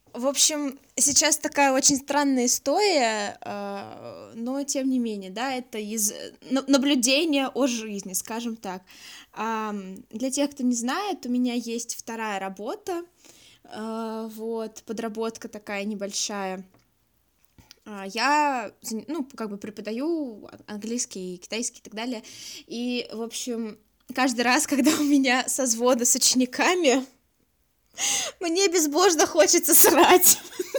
В общем, сейчас такая очень странная история, но тем не менее, да, это из наблюдения о жизни, скажем так. Для тех, кто не знает, у меня есть вторая работа, вот, подработка такая небольшая. Я, ну, как бы преподаю английский, китайский и так далее. И, в общем, каждый раз, когда у меня созвоны с учениками, мне безбожно хочется срать.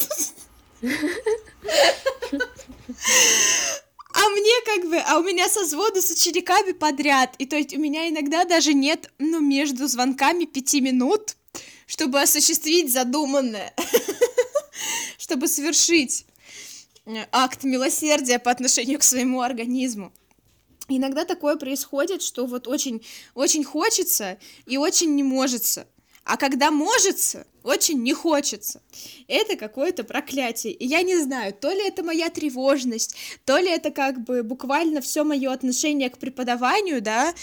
У меня созвоны с учениками подряд, и то есть у меня иногда даже нет, ну, между звонками 5 минут, чтобы осуществить задуманное, чтобы совершить акт милосердия по отношению к своему организму. Иногда такое происходит, что вот очень, очень хочется и очень не можется. А когда можется, очень не хочется. Это какое-то проклятие. И я не знаю, то ли это моя тревожность, то ли это как бы буквально все мое отношение к преподаванию, да,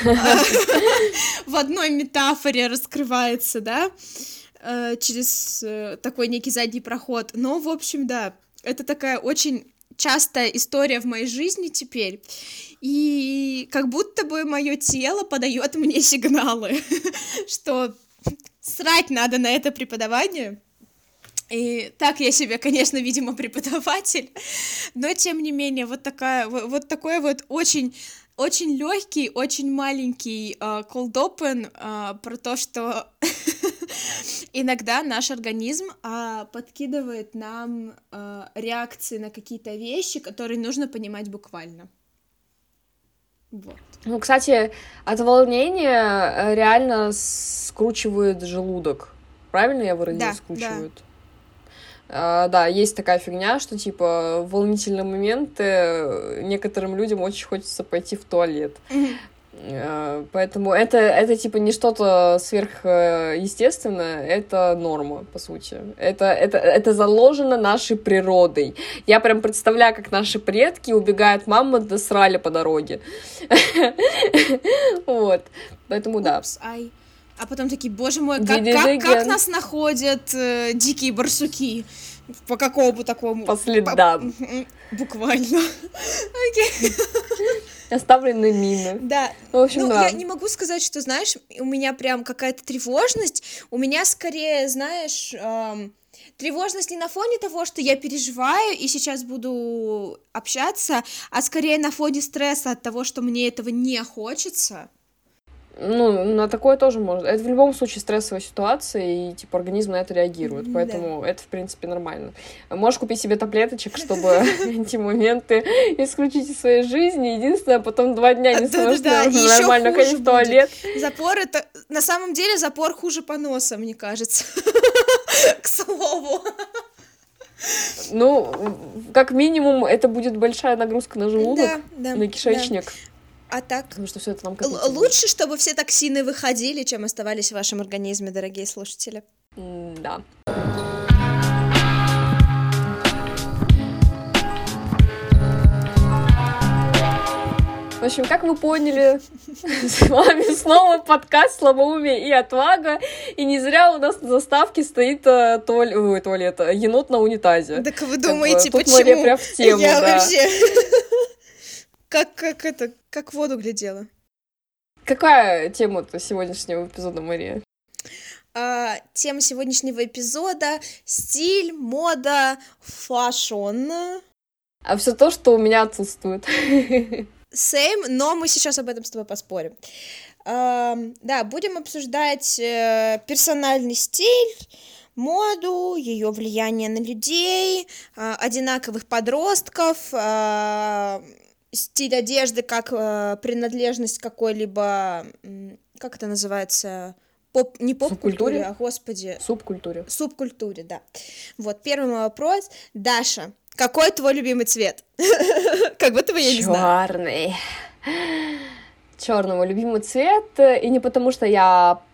в одной метафоре раскрывается, да, через такой некий задний проход. Но, в общем, да, это такая очень частая история в моей жизни теперь. И как будто бы мое тело подает мне сигналы, что срать надо на это преподавание. И так я себе, конечно, видимо, преподаватель, но тем не менее вот такой вот очень очень легкий, очень маленький cold open про то, что иногда наш организм подкидывает нам реакции на какие-то вещи, которые нужно понимать буквально. Вот. Ну, кстати, от волнения реально скручивает желудок. Правильно я выразила? Да, скручивают? Да, есть такая фигня, что, типа, в волнительные моменты некоторым людям очень хочется пойти в туалет. Поэтому это типа не что-то сверхъестественное, это норма, по сути. Это заложено нашей природой. Я прям представляю, как наши предки убегают, мамы досрали по дороге. Вот. Поэтому да. А потом такие, боже мой, как нас находят дикие барсуки? По какому такому? По следам. Буквально. Оставлены мины. Да. В общем, да. Я не могу сказать, что, знаешь, у меня прям какая-то тревожность. У меня скорее, знаешь, тревожность не на фоне того, что я переживаю и сейчас буду общаться, а скорее на фоне стресса от того, что мне этого не хочется. Ну, на такое тоже можно. Это в любом случае стрессовая ситуация, и, типа, организм на это реагирует, поэтому это, в принципе, нормально. Можешь купить себе таблеточек, чтобы эти моменты исключить из своей жизни. Единственное, потом 2 дня не сможешь нормально ходить в туалет. Запор это... На самом деле запор хуже поноса, мне кажется. К слову. Ну, как минимум, это будет большая нагрузка на желудок, на кишечник. А так, потому что все это нам лучше, чтобы все токсины выходили, чем оставались в вашем организме, дорогие слушатели. Да. В общем, как вы поняли, с вами снова подкаст «Слабоумие и отвага», и не зря у нас на заставке стоит туалет, енот на унитазе. Так вы думаете, тут почему? Мария прям в тему, я да. Вообще... Как в воду глядела. Какая тема-то сегодняшнего эпизода, Мария? Тема сегодняшнего эпизода — стиль, мода, фэшн. А все то, что у меня отсутствует. Same, но мы сейчас об этом с тобой поспорим. Да, будем обсуждать персональный стиль, моду, ее влияние на людей, одинаковых подростков, стиль одежды как принадлежность какой-либо, как это называется, не поп-культуре, а, господи... Субкультуре. Субкультуре, да. Вот, первый мой вопрос. Даша, какой твой любимый цвет? Как будто бы я не знаю. Черный. Черный мой любимый цвет, и не потому что я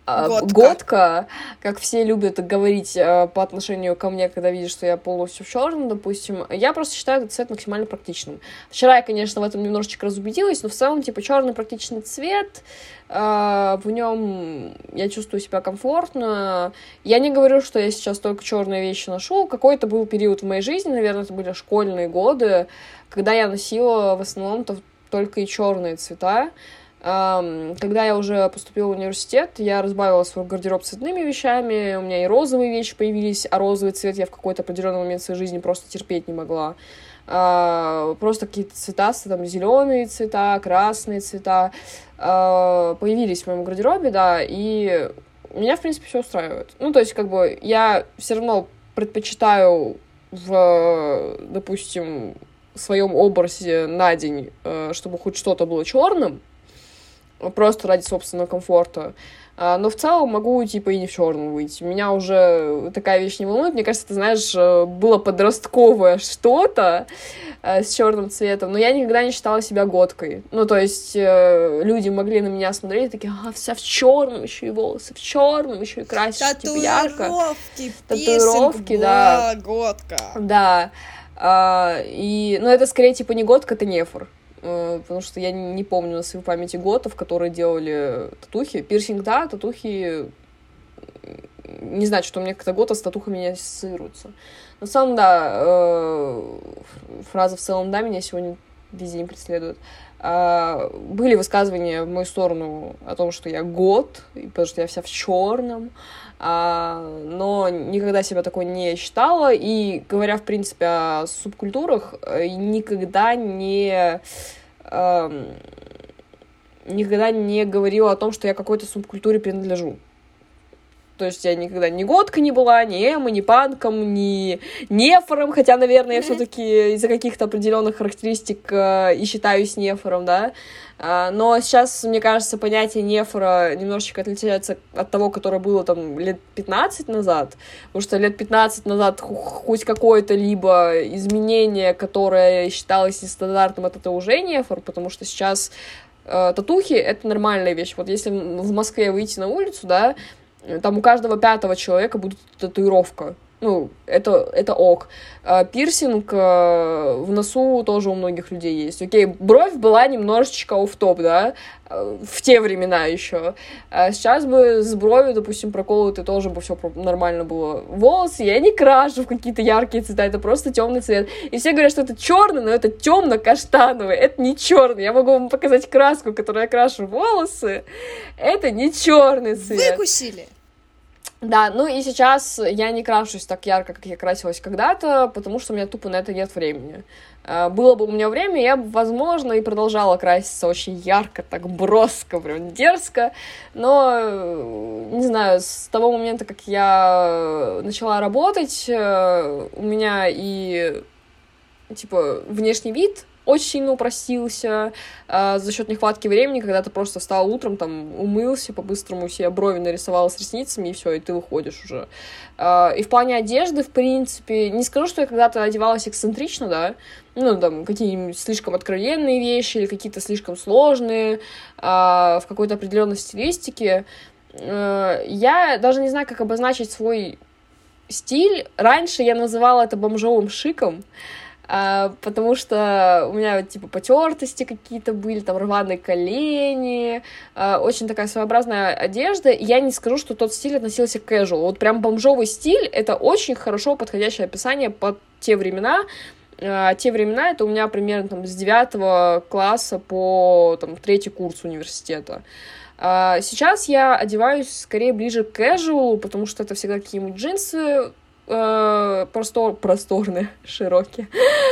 Готка, как все любят говорить по отношению ко мне, когда видят, что я полностью в черном, допустим, я просто считаю этот цвет максимально практичным. Вчера я, конечно, в этом немножечко разубедилась, но в целом, типа, черный практичный цвет, в нем я чувствую себя комфортно. Я не говорю, что я сейчас только черные вещи ношу. Какой-то был период в моей жизни, наверное, это были школьные годы, когда я носила в основном только и черные цвета. Когда я уже поступила в университет, я разбавила свой гардероб цветными вещами, у меня и розовые вещи появились, а розовый цвет я в какой-то определенный момент своей жизни просто терпеть не могла. Просто какие-то цвета, там зеленые цвета, красные цвета появились в моем гардеробе, да, и меня, в принципе, все устраивает. Ну, то есть, как бы, я все равно предпочитаю допустим, в своем образе на день, чтобы хоть что-то было черным, просто ради собственного комфорта. Но в целом могу, типа, и не в черном выйти. Меня уже такая вещь не волнует. Мне кажется, ты знаешь, было подростковое что-то с черным цветом, но я никогда не считала себя готкой. Ну, то есть люди могли на меня смотреть и такие, вся в черном, еще и волосы в черном, еще и красишь, типа, ярко. Татуировки, да. Готка. Да. Но это скорее, типа, не готка, это нефор. Потому что я не помню на своей памяти готов, которые делали татухи. Пирсинг, да, татухи... Не знаю, что у меня как-то готы с татухами не ассоциируются. Но в целом, да, фраза «в целом, да» меня сегодня весь день преследует. Были высказывания в мою сторону о том, что я гот, потому что я вся в черном, но никогда себя такой не считала, и, говоря, в принципе, о субкультурах, никогда не говорила о том, что я какой-то субкультуре принадлежу. То есть я никогда ни готка не была, ни эмо, ни панком, ни нефором, хотя, наверное, я все-таки из-за каких-то определенных характеристик и считаюсь нефором, да. Но сейчас, мне кажется, понятие нефора немножечко отличается от того, которое было там лет 15 назад, потому что лет 15 назад хоть какое-то либо изменение, которое считалось нестандартным, это уже нефор, потому что сейчас татухи — это нормальная вещь. Вот если в Москве выйти на улицу, да, там у каждого 5-го человека будет татуировка. Ну, это ок. Пирсинг в носу тоже у многих людей есть. Окей, бровь была немножечко офф-топ, да, в те времена еще. Сейчас бы с бровью, допустим, проколоты тоже бы все нормально было. Волосы я не крашу в какие-то яркие цвета, это просто темный цвет. И все говорят, что это черный, но это темно-каштановый, это не черный. Я могу вам показать краску, которую я крашу волосы. Это не черный цвет. Выкусили. Да, ну и сейчас я не крашусь так ярко, как я красилась когда-то, потому что у меня тупо на это нет времени. Было бы у меня время, я бы, возможно, и продолжала краситься очень ярко, так броско, прям дерзко, но, не знаю, с того момента, как я начала работать, у меня и, типа, внешний вид очень сильно упростился за счет нехватки времени, когда ты просто встал утром, там, умылся, по-быстрому себе брови нарисовал с ресницами, и все, и ты выходишь уже. И в плане одежды, в принципе, не скажу, что я когда-то одевалась эксцентрично, да, ну, там, какие-нибудь слишком откровенные вещи или какие-то слишком сложные, в какой-то определенной стилистике. Я даже не знаю, как обозначить свой стиль. Раньше я называла это бомжовым шиком, потому что у меня, типа, потертости какие-то были, там, рваные колени, очень такая своеобразная одежда, и я не скажу, что тот стиль относился к casual. Вот прям бомжовый стиль — это очень хорошо подходящее описание под те времена. Те времена — это у меня примерно там с 9 класса по там 3-й курс университета. Сейчас я одеваюсь скорее ближе к casual, потому что это всегда какие-нибудь джинсы, просторные, широкие.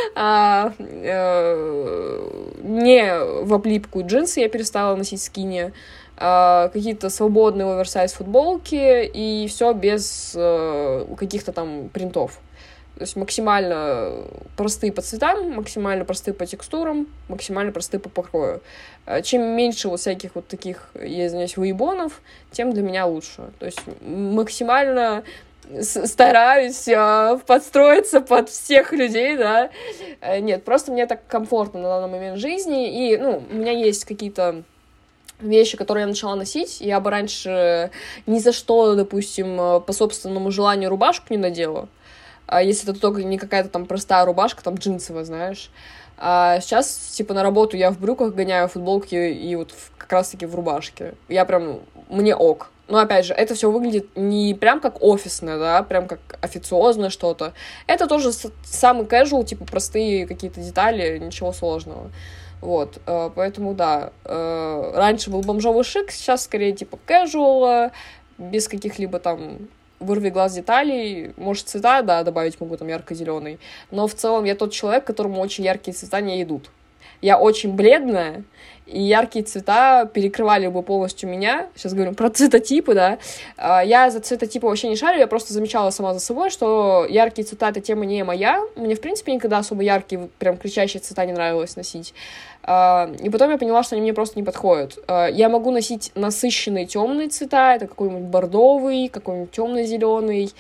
Не в облипку джинсы я перестала носить скини, какие-то свободные оверсайз футболки, и все без каких-то там принтов. То есть максимально простые по цветам, максимально простые по текстурам, максимально простые по покрою. Чем меньше вот всяких вот таких, я извиняюсь, выебонов, тем для меня лучше. То есть максимально стараюсь подстроиться под всех людей, да. Нет, просто мне так комфортно на данный момент жизни, и, ну, у меня есть какие-то вещи, которые я начала носить, я бы раньше ни за что, допустим, по собственному желанию рубашку не надела, если это только не какая-то там простая рубашка, там джинсовая, знаешь. А сейчас, типа, на работу я в брюках гоняю, в футболке и вот как раз-таки в рубашке. Я прям... Мне ок. Но, опять же, это все выглядит не прям как офисное, да, прям как официозное что-то. Это тоже самый casual, типа, простые какие-то детали, ничего сложного. Вот, поэтому, да, раньше был бомжовый шик, сейчас скорее, типа, casual, без каких-либо там вырви глаз деталей, может, цвета, да, добавить могу, там, ярко-зеленый, но в целом я тот человек, которому очень яркие цвета не идут. Я очень бледная, и яркие цвета перекрывали бы полностью меня. Сейчас говорим про цветотипы, да. Я за цветотипы вообще не шарю, я просто замечала сама за собой, что яркие цвета — эта тема не моя. Мне, в принципе, никогда особо яркие, прям кричащие цвета не нравилось носить. И потом я поняла, что они мне просто не подходят. Я могу носить насыщенные темные цвета, это какой-нибудь бордовый, какой-нибудь темно-зеленый,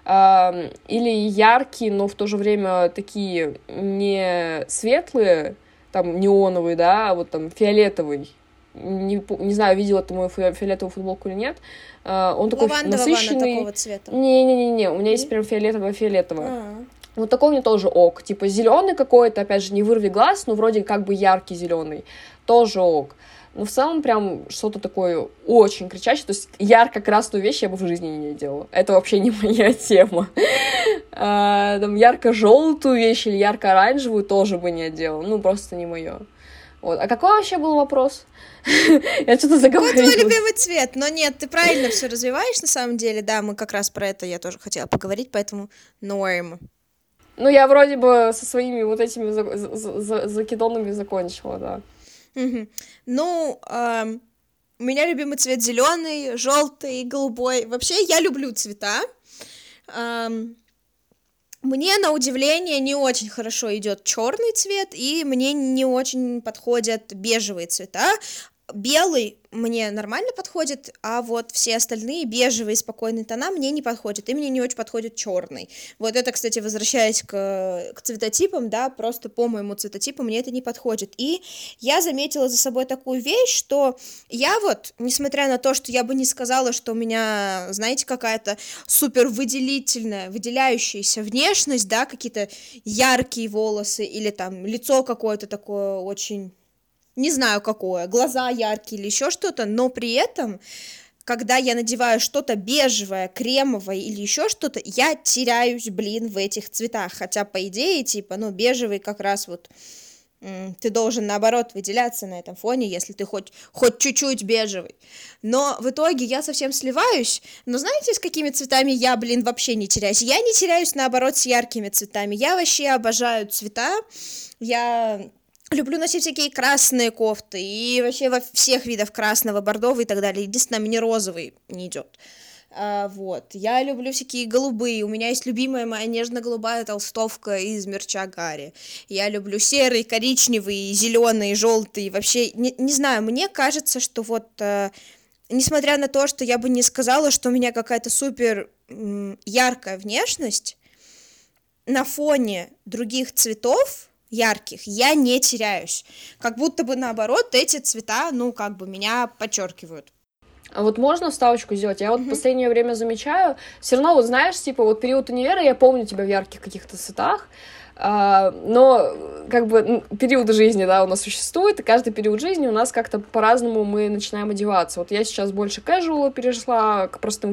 или яркие, но в то же время такие не светлые, там, неоновый, да, а вот там фиолетовый. Не знаю, видела ты мою фиолетовую футболку или нет. Он такой насыщенный. Такого цвета. Не-не-не, у меня есть прям фиолетовое. Вот такой мне тоже ок. Типа зеленый какой-то, опять же, не вырви глаз, но вроде как бы яркий зеленый. Тоже ок. Но в целом прям что-то такое очень кричащее. То есть ярко-красную вещь я бы в жизни не делала. Это вообще не моя тема. Там ярко-желтую вещь или ярко-оранжевую тоже бы не отделала. Ну, просто не мое. Вот. А какой вообще был вопрос? Я что-то заговорилась. Какой твой любимый цвет? Но нет, ты правильно все развиваешь, на самом деле. Да, мы как раз про это я тоже хотела поговорить, поэтому норм. Ну, я вроде бы со своими вот этими закидонами закончила, да. Ну, у меня любимый цвет зеленый, желтый, голубой. Вообще, я люблю цвета. Мне, на удивление, не очень хорошо идет черный цвет, и мне не очень подходят бежевые цвета. Белый мне нормально подходит, а вот все остальные бежевые спокойные тона мне не подходят, и мне не очень подходит черный. Вот это, кстати, возвращаясь к цветотипам, да, просто по моему цветотипу мне это не подходит. И я заметила за собой такую вещь, что я вот, несмотря на то, что я бы не сказала, что у меня, знаете, какая-то супер выделяющаяся внешность, да, какие-то яркие волосы или там лицо какое-то такое очень... Не знаю какое, глаза яркие или еще что-то, но при этом, когда я надеваю что-то бежевое, кремовое или еще что-то, я теряюсь, блин, в этих цветах. Хотя, по идее, типа, ну, бежевый как раз вот ты должен, наоборот, выделяться на этом фоне, если ты хоть чуть-чуть бежевый. Но в итоге я совсем сливаюсь. Но знаете, с какими цветами я, блин, вообще не теряюсь? Я не теряюсь, наоборот, с яркими цветами. Я вообще обожаю цвета. Я... люблю носить всякие красные кофты, и вообще во всех видах красного, бордового и так далее. Единственное, мне розовый не идет. Вот. Я люблю всякие голубые. У меня есть любимая моя нежно-голубая толстовка из мерча Гарри. Я люблю серый, коричневый, зеленый, желтый. Вообще, не знаю, мне кажется, что вот, несмотря на то, что я бы не сказала, что у меня какая-то супер яркая внешность, на фоне других цветов, ярких, я не теряюсь. Как будто бы наоборот, эти цвета, ну, как бы меня подчеркивают. А вот можно вставочку сделать? Я вот в последнее время замечаю, все равно, вот знаешь, типа, вот период универа, я помню тебя в ярких каких-то цветах, но, как бы, периоды жизни, да, у нас существует, и каждый период жизни у нас как-то по-разному мы начинаем одеваться. Вот я сейчас больше casual перешла к простым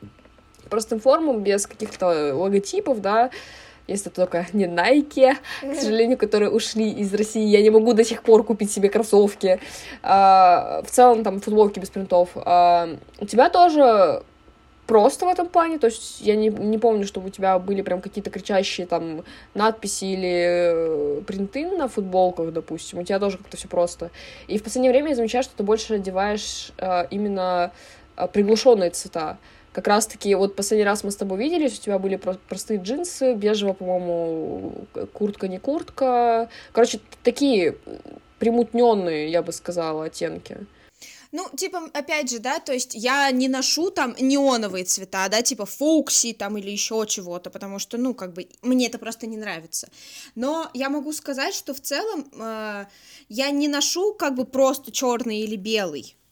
формам, без каких-то логотипов, да, если только не Nike, к сожалению, которые ушли из России. Я не могу до сих пор купить себе кроссовки. В целом, там, футболки без принтов. У тебя тоже просто в этом плане? То есть я не помню, чтобы у тебя были прям какие-то кричащие там надписи или принты на футболках, допустим. У тебя тоже как-то все просто. И в последнее время я замечаю, что ты больше одеваешь именно приглушенные цвета. Как раз-таки, вот последний раз мы с тобой виделись, у тебя были простые джинсы, бежевая, по-моему, куртка, не куртка. Короче, такие примутненные, я бы сказала, оттенки. Ну, типа, опять же, да, то есть я не ношу там неоновые цвета, да, типа фукси там или еще чего-то, потому что, ну, как бы, мне это просто не нравится. Но я могу сказать, что в целом я не ношу как бы просто черный или белый.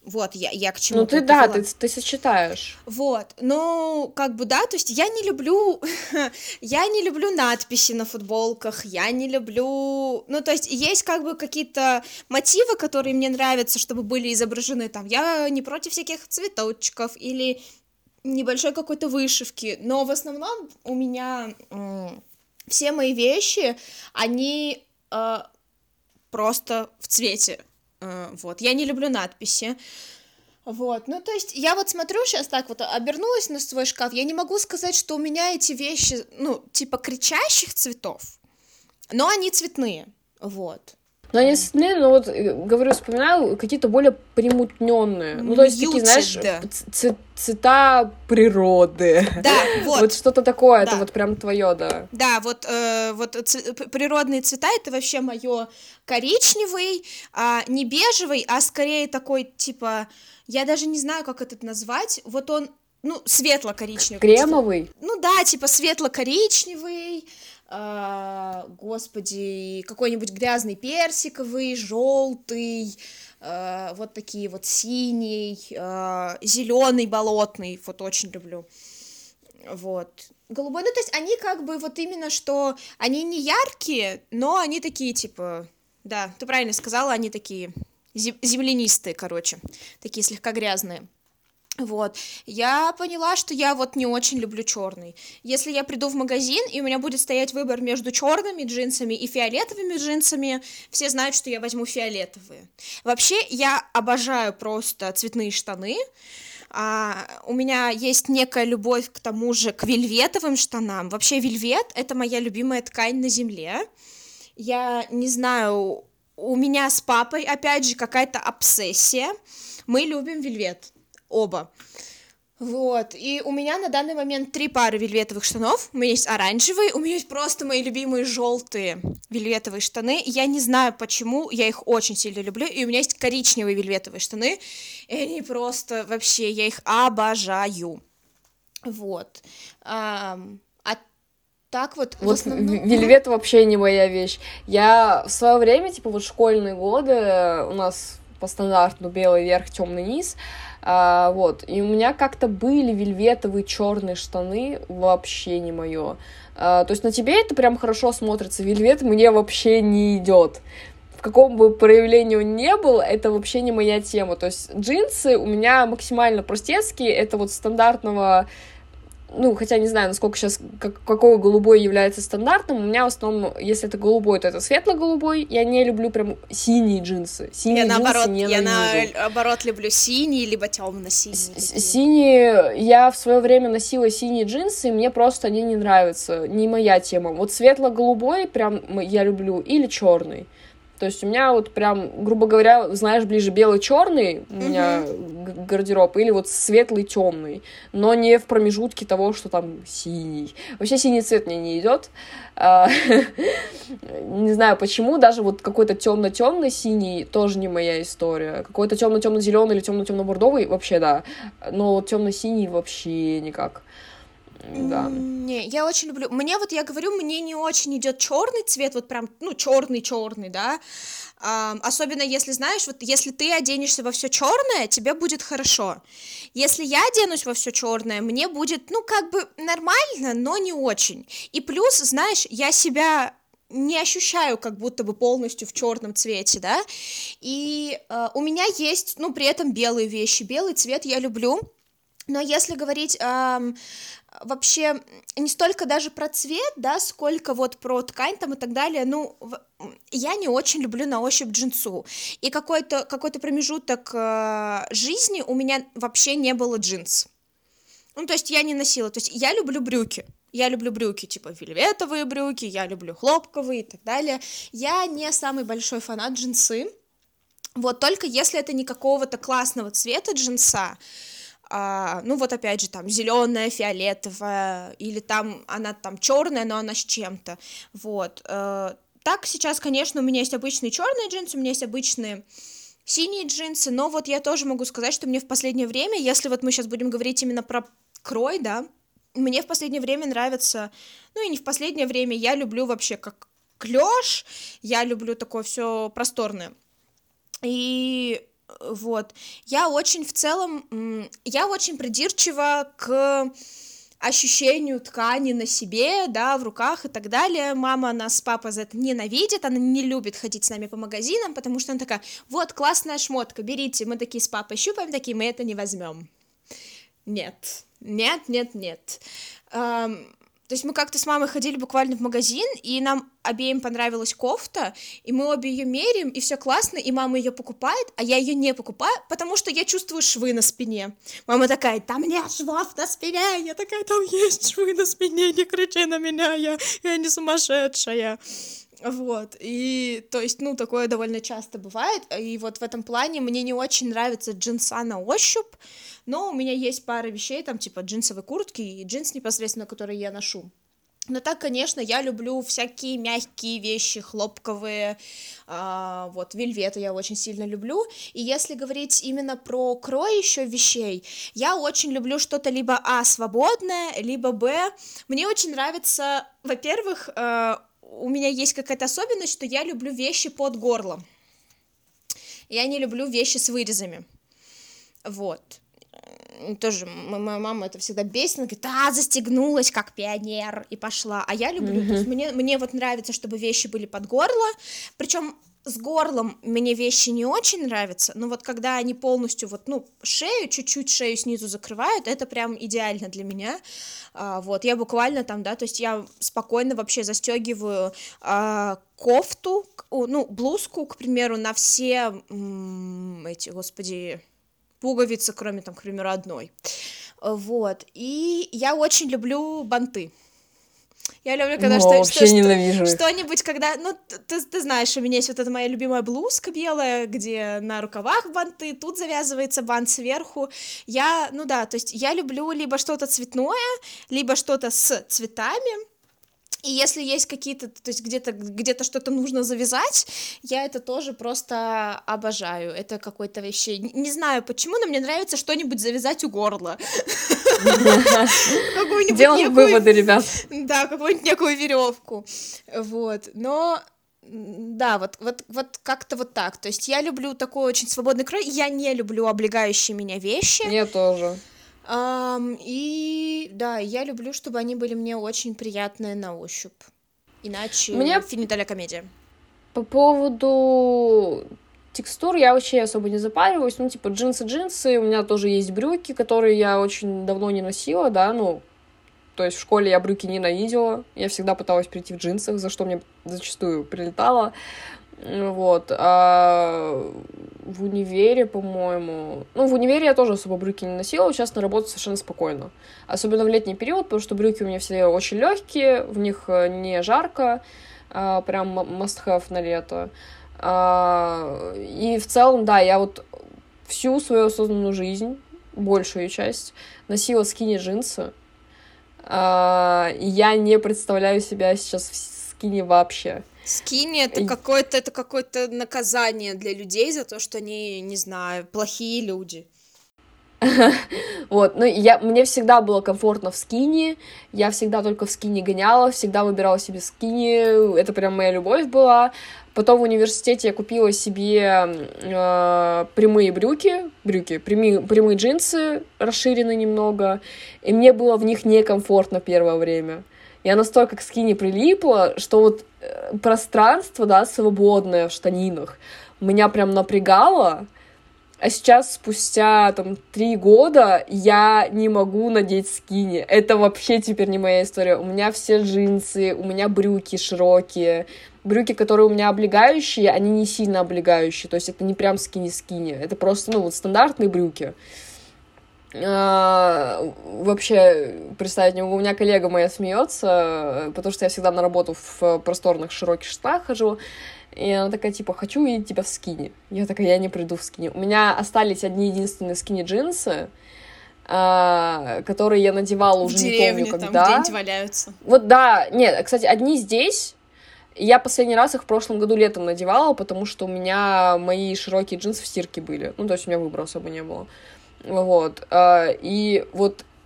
Вот, я к чему Ну, ты, да, ты сочетаешь. Вот, ну, как бы, да, то есть я не люблю, я не люблю надписи на футболках, я не люблю, ну, то есть есть как бы какие-то мотивы, которые мне нравятся, чтобы были изображены там, я не против всяких цветочков или небольшой какой-то вышивки, но в основном у меня все мои вещи, они просто в цвете, вот, я не люблю надписи. Вот, ну, то есть, я вот смотрю сейчас так вот, обернулась на свой шкаф, я не могу сказать, что у меня эти вещи, ну, типа, кричащих цветов, но они цветные, вот. Но они цветные, но вот, говорю, вспоминаю, какие-то более примутненные. Ну, то есть, такие, знаешь, цвета природы. Да, вот. Вот что-то такое, да. Это вот прям твое, да. Да, вот природные цвета, это вообще мое коричневый, не бежевый, а скорее такой, типа, я даже не знаю, как это назвать, вот он, ну, светло-коричневый. Кремовый? Ну да, типа светло-коричневый, господи, какой-нибудь грязный персиковый, желтый, вот такие вот синий, зеленый болотный, вот очень люблю, вот, голубой, ну то есть они как бы вот именно что, они не яркие, но они такие типа, да, ты правильно сказала, они такие землянистые, короче, такие слегка грязные. Вот, я поняла, что я вот не очень люблю черный. Если я приду в магазин, и у меня будет стоять выбор между черными джинсами и фиолетовыми джинсами, все знают, что я возьму фиолетовые. Вообще, я обожаю просто цветные штаны. У меня есть некая любовь к тому же, к вельветовым штанам. Вообще, вельвет — это моя любимая ткань на земле. Я не знаю, у меня с папой, опять же, какая-то обсессия. Мы любим вельвет. Оба. Вот, и у меня на данный момент 3 пары вельветовых штанов, у меня есть оранжевые, у меня есть просто мои любимые желтые вельветовые штаны, я не знаю почему, я их очень сильно люблю, и у меня есть коричневые вельветовые штаны, и они просто, вообще, я их обожаю, вот, так вот, в основном... Вельвет вообще не моя вещь, я в свое время, типа, вот школьные годы, у нас по стандарту белый верх, темный низ, вот, и у меня как-то были вельветовые черные штаны, вообще не мое. То есть на тебе это прям хорошо смотрится, вельвет мне вообще не идет. В каком бы проявлении он ни был, это вообще не моя тема. То есть джинсы у меня максимально простецкие, это вот стандартного... Ну, хотя не знаю, насколько сейчас, какой голубой является стандартным. У меня в основном, если это голубой, то это светло-голубой. Я не люблю прям синие джинсы. Синие джинсы я наоборот люблю синие, либо темно-синие. Синие, я в свое время носила синие джинсы, и мне просто они не нравятся, не моя тема. Вот светло-голубой прям я люблю, или черный. То есть у меня вот прям, грубо говоря, знаешь, ближе белый-черный у меня гардероб, или вот светлый-темный, но не в промежутке того, что там синий. Вообще синий цвет мне не идет. Не знаю почему, даже вот какой-то темно-темный синий тоже не моя история. Какой-то темно-темно-зеленый или темно-темно-бордовый вообще да, но темно-синий вообще никак. Да. Не, я очень люблю. Мне вот, я говорю, мне не очень идет черный цвет, вот прям, ну, черный, да. Особенно если, знаешь, вот если ты оденешься во все черное, тебе будет хорошо. Если я оденусь во все черное, мне будет, ну, как бы нормально, но не очень. И плюс, знаешь, я себя не ощущаю как будто бы полностью в черном цвете, да. И у меня есть, ну, при этом белые вещи. Белый цвет я люблю. Но если говорить вообще не столько даже про цвет, да, сколько вот про ткань там и так далее, ну, я не очень люблю на ощупь джинсу, и какой-то промежуток жизни у меня вообще не было джинс, ну, то есть я не носила, то есть я люблю брюки, типа вельветовые брюки, я люблю хлопковые и так далее, я не самый большой фанат джинсы, вот, только если это не какого-то классного цвета джинса, ну вот опять же там зеленая, фиолетовая, или там она там черная, но она с чем-то, вот. Так сейчас, конечно, у меня есть обычные черные джинсы, у меня есть обычные синие джинсы, но вот я тоже могу сказать, что мне в последнее время, если вот мы сейчас будем говорить именно про крой, да, мне в последнее время нравится, ну и не в последнее время, я люблю вообще как клеш, я люблю такое все просторное. И Вот. Я очень в целом, я очень придирчива к ощущению ткани на себе, да, в руках и так далее. Мама нас с папой за это ненавидит, она не любит ходить с нами по магазинам, потому что она такая: вот, классная шмотка, берите. Мы такие с папой щупаем, такие: мы это не возьмем. Нет, нет, нет, нет. То есть мы как-то с мамой ходили буквально в магазин, и нам обеим понравилась кофта, и мы обе ее меряем, и все классно, и мама ее покупает, а я ее не покупаю, потому что я чувствую швы на спине. Мама такая: там нет швов на спине. Я такая: там есть швы на спине, не кричи на меня, я не сумасшедшая. Вот, и, то есть, ну, такое довольно часто бывает, и вот в этом плане мне не очень нравятся джинса на ощупь, но у меня есть пара вещей, там, типа джинсовой куртки и джинс непосредственно, которые я ношу. Но так, конечно, я люблю всякие мягкие вещи, хлопковые, вот, вельветы я очень сильно люблю, и если говорить именно про крой еще вещей, я очень люблю что-то либо, свободное, либо, мне очень нравится, во-первых, у меня есть какая-то особенность, что я люблю вещи под горлом. Я не люблю вещи с вырезами. Вот. Тоже моя мама это всегда бесит, она говорит: застегнулась как пионер и пошла. А я люблю, то есть мне вот нравится, чтобы вещи были под горло, причем с горлом мне вещи не очень нравятся, но вот когда они полностью вот, ну, чуть-чуть шею снизу закрывают, это прям идеально для меня. Вот, я буквально там, да, то есть я спокойно вообще застегиваю кофту, ну, блузку, к примеру, на все пуговицы, кроме, там, к примеру, одной. Вот, и я очень люблю банты. Я люблю, когда что-нибудь, когда, ну, ты знаешь, у меня есть вот эта моя любимая блузка белая, где на рукавах банты, тут завязывается бант сверху. Ну да, то есть я люблю либо что-то цветное, либо что-то с цветами. И если есть какие-то, то есть где-то что-то нужно завязать, я это тоже просто обожаю. Это какой-то вещи. Не знаю почему, но мне нравится что-нибудь завязать у горла. Делаем выводы, ребят. Да, какую-нибудь некую веревку. Вот. Но да, вот как-то вот так. То есть я люблю такой очень свободный крой. Я не люблю облегающие меня вещи. Я тоже. И да, я люблю, чтобы они были мне очень приятные на ощупь. Иначе финита комедия. По поводу текстур я вообще особо не запариваюсь. Ну, типа, джинсы. У меня тоже есть брюки, которые я очень давно не носила, да, ну, то есть в школе я брюки ненавидела. Я всегда пыталась прийти в джинсах, за что мне зачастую прилетало. Вот, в универе, по-моему... Ну, в универе я тоже особо брюки не носила, сейчас на работу совершенно спокойно. Особенно в летний период, потому что брюки у меня все очень легкие, в них не жарко, прям must-have на лето. И в целом, да, я вот всю свою осознанную жизнь, большую часть, носила скини-джинсы. Я не представляю себя сейчас в скини вообще. Скини — это какое-то наказание для людей за то, что они, не знаю, плохие люди. Вот, ну, мне всегда было комфортно в скини, я всегда только в скини гоняла, всегда выбирала себе скини, это прям моя любовь была. Потом в университете я купила себе прямые прямые джинсы, расширенные немного, и мне было в них некомфортно первое время. Я настолько к скини прилипла, что вот пространство, да, свободное в штанинах меня прям напрягало, а сейчас, спустя, 3 года, я не могу надеть скини. Это вообще теперь не моя история. У меня все джинсы, у меня брюки широкие. Брюки, которые у меня облегающие, они не сильно облегающие. То есть это не прям скини-скини. Это просто, вот стандартные брюки. Вообще, представить не могу, у меня коллега моя смеется, потому что я всегда на работу в просторных широких штанах хожу, и она такая, типа, хочу видеть тебя в скини. Я такая: я не приду в скини. У меня остались одни единственные скини-джинсы, которые я надевала уже не помню когда. В деревне там где-нибудь валяются. Вот, да, нет, кстати, одни здесь. Я последний раз их в прошлом году летом надевала, потому что у меня мои широкие джинсы в стирке были. Ну, то есть у меня выбора особо не было. Вот, и вот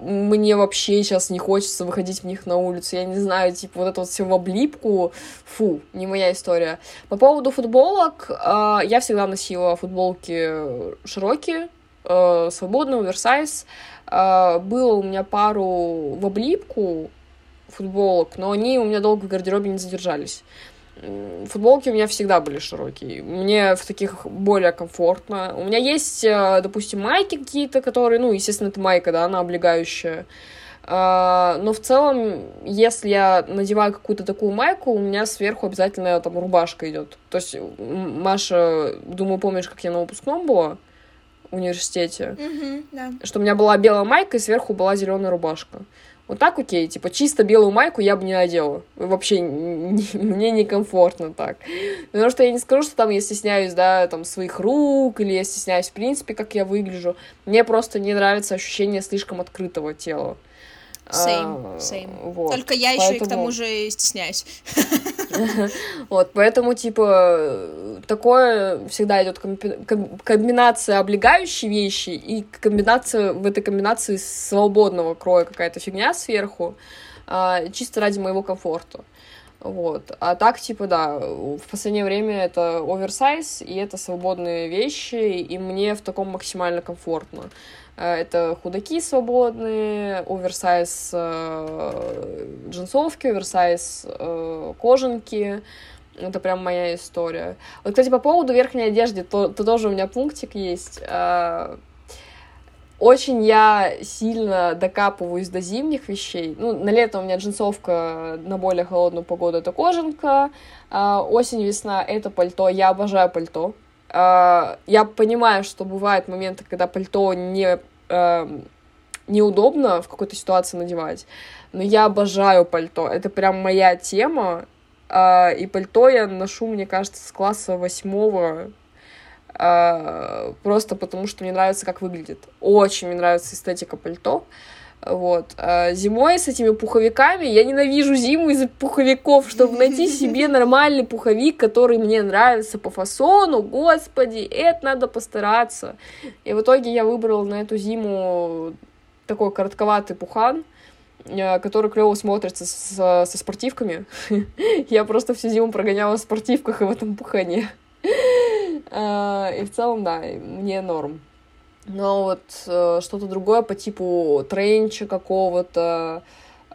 мне вообще сейчас не хочется выходить в них на улицу, я не знаю, типа, вот это вот все в облипку, фу, не моя история. По поводу футболок, я всегда носила футболки широкие, свободный, оверсайз. Было у меня пару в облипку футболок, но они у меня долго в гардеробе не задержались. Футболки у меня всегда были широкие. Мне в таких более комфортно. У меня есть, допустим, майки какие-то, которые, ну, естественно, это майка, да, она облегающая. Но в целом, если я надеваю какую-то такую майку, у меня сверху обязательно там рубашка идет. То есть, Маша, думаю, помнишь, как я на выпускном была в университете? Да. Что у меня была белая майка, и сверху была зеленая рубашка. Вот так окей, типа чисто белую майку я бы не надела. Вообще мне некомфортно так. Потому что я не скажу, что там я стесняюсь, да, там, своих рук, или я стесняюсь, в принципе, как я выгляжу. Мне просто не нравится ощущение слишком открытого тела. Same. Вот. Только я еще и к тому же стесняюсь. Вот, поэтому, типа, такое всегда идет комбинация облегающей вещи и в этой комбинации свободного кроя какая-то фигня сверху, чисто ради моего комфорта. Вот. А так, типа, да, в последнее время это оверсайз, и это свободные вещи, и мне в таком максимально комфортно. Это худаки свободные, оверсайз джинсовки, оверсайз кожанки. Это прям моя история. Вот, кстати, по поводу верхней одежды, то тоже у меня пунктик есть. Очень я сильно докапываюсь до зимних вещей. Ну, на лето у меня джинсовка, на более холодную погоду это кожанка. Осень, весна — это пальто. Я обожаю пальто. Я понимаю, что бывают моменты, когда пальто неудобно в какой-то ситуации надевать, но я обожаю пальто. Это прям моя тема. И пальто я ношу, мне кажется, с класса 8, просто потому что мне нравится, как выглядит. Очень мне нравится эстетика пальто. Вот. Зимой с этими пуховиками я ненавижу зиму из-за пуховиков, чтобы найти себе нормальный пуховик, который мне нравится по фасону. Господи, это надо постараться. И в итоге я выбрала на эту зиму такой коротковатый пухан, который клево смотрится со спортивками. Я просто всю зиму прогоняла в спортивках и в этом пухане. И в целом, да, мне норм. Но вот что-то другое по типу тренча какого-то,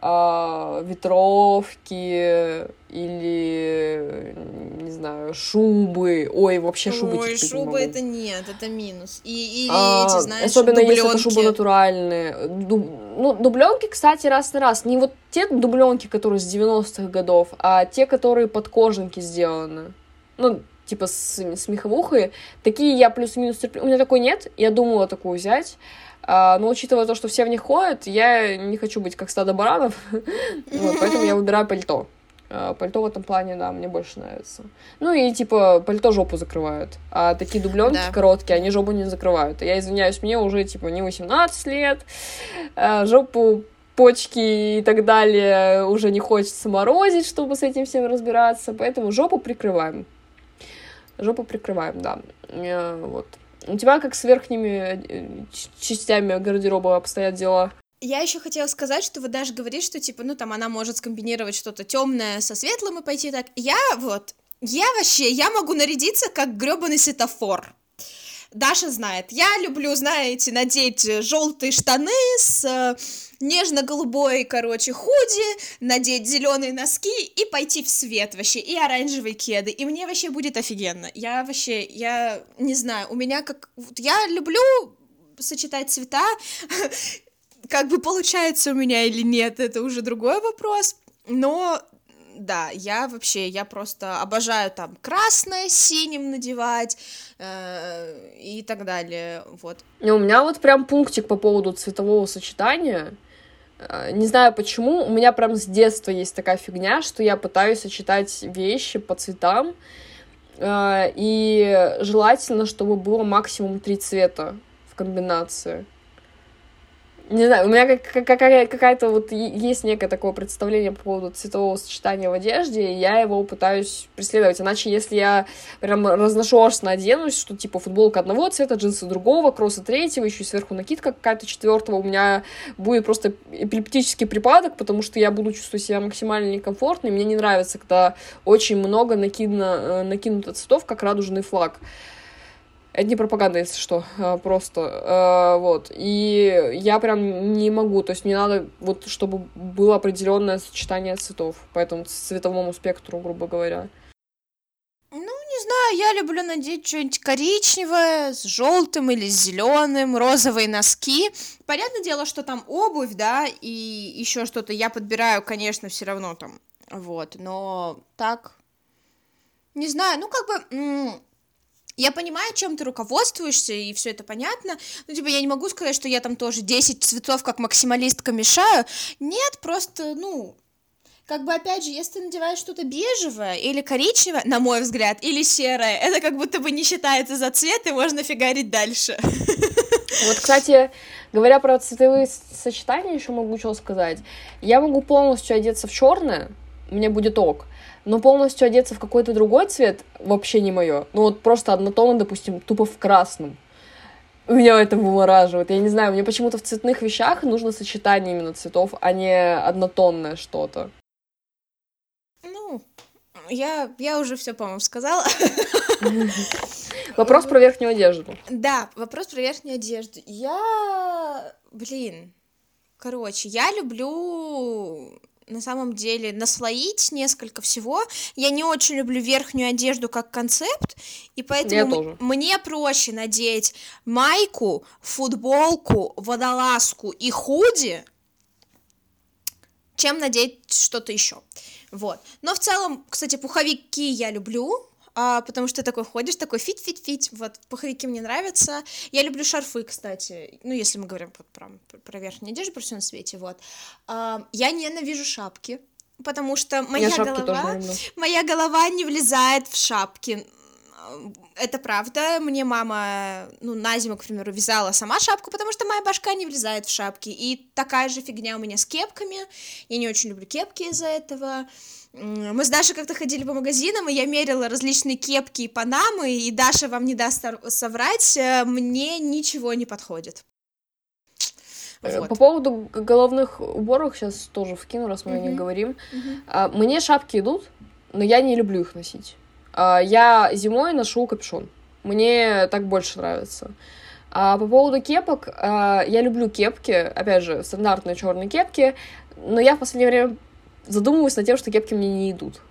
ветровки или, не знаю, шубы. Ой, вообще шубы терпеть не могу. Шубы это нет, это минус. Или эти, знаешь, особенно дубленки. если это шубы натуральные. Ну, дубленки, кстати, раз на раз. Не вот те дубленки, которые с 90-х годов, а те, которые под кожанки сделаны. Ну, типа с меховухой. Такие я плюс-минус терплю. У меня такой нет, я думала такую взять. Но учитывая то, что все в них ходят, я не хочу быть как стадо баранов. Вот, поэтому я выбираю пальто. Пальто в этом плане, да, мне больше нравится. Ну и типа пальто жопу закрывают. А такие дубленки короткие, они жопу не закрывают. Я извиняюсь, мне уже типа не 18 лет. Жопу, почки и так далее уже не хочется морозить, чтобы с этим всем разбираться. Поэтому жопу прикрываем. Жопу прикрываем, да. Вот. У тебя как с верхними частями гардероба обстоят дела? Я еще хотела сказать, что вот даже говоришь, что типа, ну там она может скомбинировать что-то темное со светлым и пойти так. Я могу нарядиться как гребаный светофор. Даша знает. Я люблю, знаете, надеть желтые штаны с нежно-голубой, худи, надеть зеленые носки и пойти в свет вообще, и оранжевые кеды, и мне вообще будет офигенно. Я не знаю, у меня я люблю сочетать цвета, как бы получается у меня или нет, это уже другой вопрос, но... Да, я просто обожаю там красное с синим надевать и так далее, вот. У меня вот прям пунктик по поводу цветового сочетания. Не знаю почему, у меня прям с детства есть такая фигня, что я пытаюсь сочетать вещи по цветам, и желательно, чтобы было максимум 3 цвета в комбинации. Не знаю, у меня какая-то вот есть некое такое представление по поводу цветового сочетания в одежде, и я его пытаюсь преследовать. Иначе, если я прям разношерстно оденусь, что типа футболка одного цвета, джинсы другого, кроссы третьего, еще и сверху накидка какая-то четвертого, у меня будет просто эпилептический припадок, потому что я буду чувствовать себя максимально некомфортно, и мне не нравится, когда очень много накинуто цветов, как радужный флаг. Это не пропаганда, если что, просто, вот, и я прям не могу, то есть мне надо, вот, чтобы было определенное сочетание цветов по этому цветовому спектру, грубо говоря. Ну, не знаю, я люблю надеть что-нибудь коричневое, с желтым или с зеленым, розовые носки. Понятное дело, что там обувь, да, и еще что-то я подбираю, конечно, все равно там, вот, но так, не знаю, ну, как бы... Я понимаю, чем ты руководствуешься, и все это понятно. Ну, типа, я не могу сказать, что я там тоже 10 цветов как максималистка мешаю. Нет, просто, ну, как бы, опять же, если ты надеваешь что-то бежевое или коричневое, на мой взгляд, или серое, это как будто бы не считается за цвет, и можно фигарить дальше. Вот, кстати, говоря про цветовые сочетания, еще могу что сказать. Я могу полностью одеться в черное, мне будет ок. Но полностью одеться в какой-то другой цвет вообще не мое. Ну вот просто однотонно, допустим, тупо в красном. Меня это вымораживает. Я не знаю, мне почему-то в цветных вещах нужно сочетание именно цветов, а не однотонное что-то. Ну, я уже все, по-моему, сказала. Вопрос про верхнюю одежду. Да, вопрос про верхнюю одежду. Короче, я люблю... на самом деле наслоить несколько всего. Я не очень люблю верхнюю одежду как концепт, и поэтому мне проще надеть майку, футболку, водолазку и худи, чем надеть что-то еще. Вот. Но в целом, кстати, пуховики я люблю, потому что такой ходишь, такой фит, вот, пуховики мне нравятся, я люблю шарфы, кстати, ну, если мы говорим про верхнюю одежду, про все на свете, вот, я ненавижу шапки, потому что моя голова не влезает в шапки, это правда, мне мама, ну, на зиму, к примеру, вязала сама шапку, потому что моя башка не влезает в шапки, и такая же фигня у меня с кепками, я не очень люблю кепки из-за этого. Мы с Дашей как-то ходили по магазинам, и я мерила различные кепки и панамы, и Даша вам не даст соврать, мне ничего не подходит. Вот. По поводу головных уборов сейчас тоже вкину, раз мы о них говорим. Мне шапки идут, но я не люблю их носить. Я зимой ношу капюшон. Мне так больше нравится. А по поводу кепок, я люблю кепки, опять же, стандартные черные кепки, но я в последнее время задумываюсь над тем, что кепки мне не идут.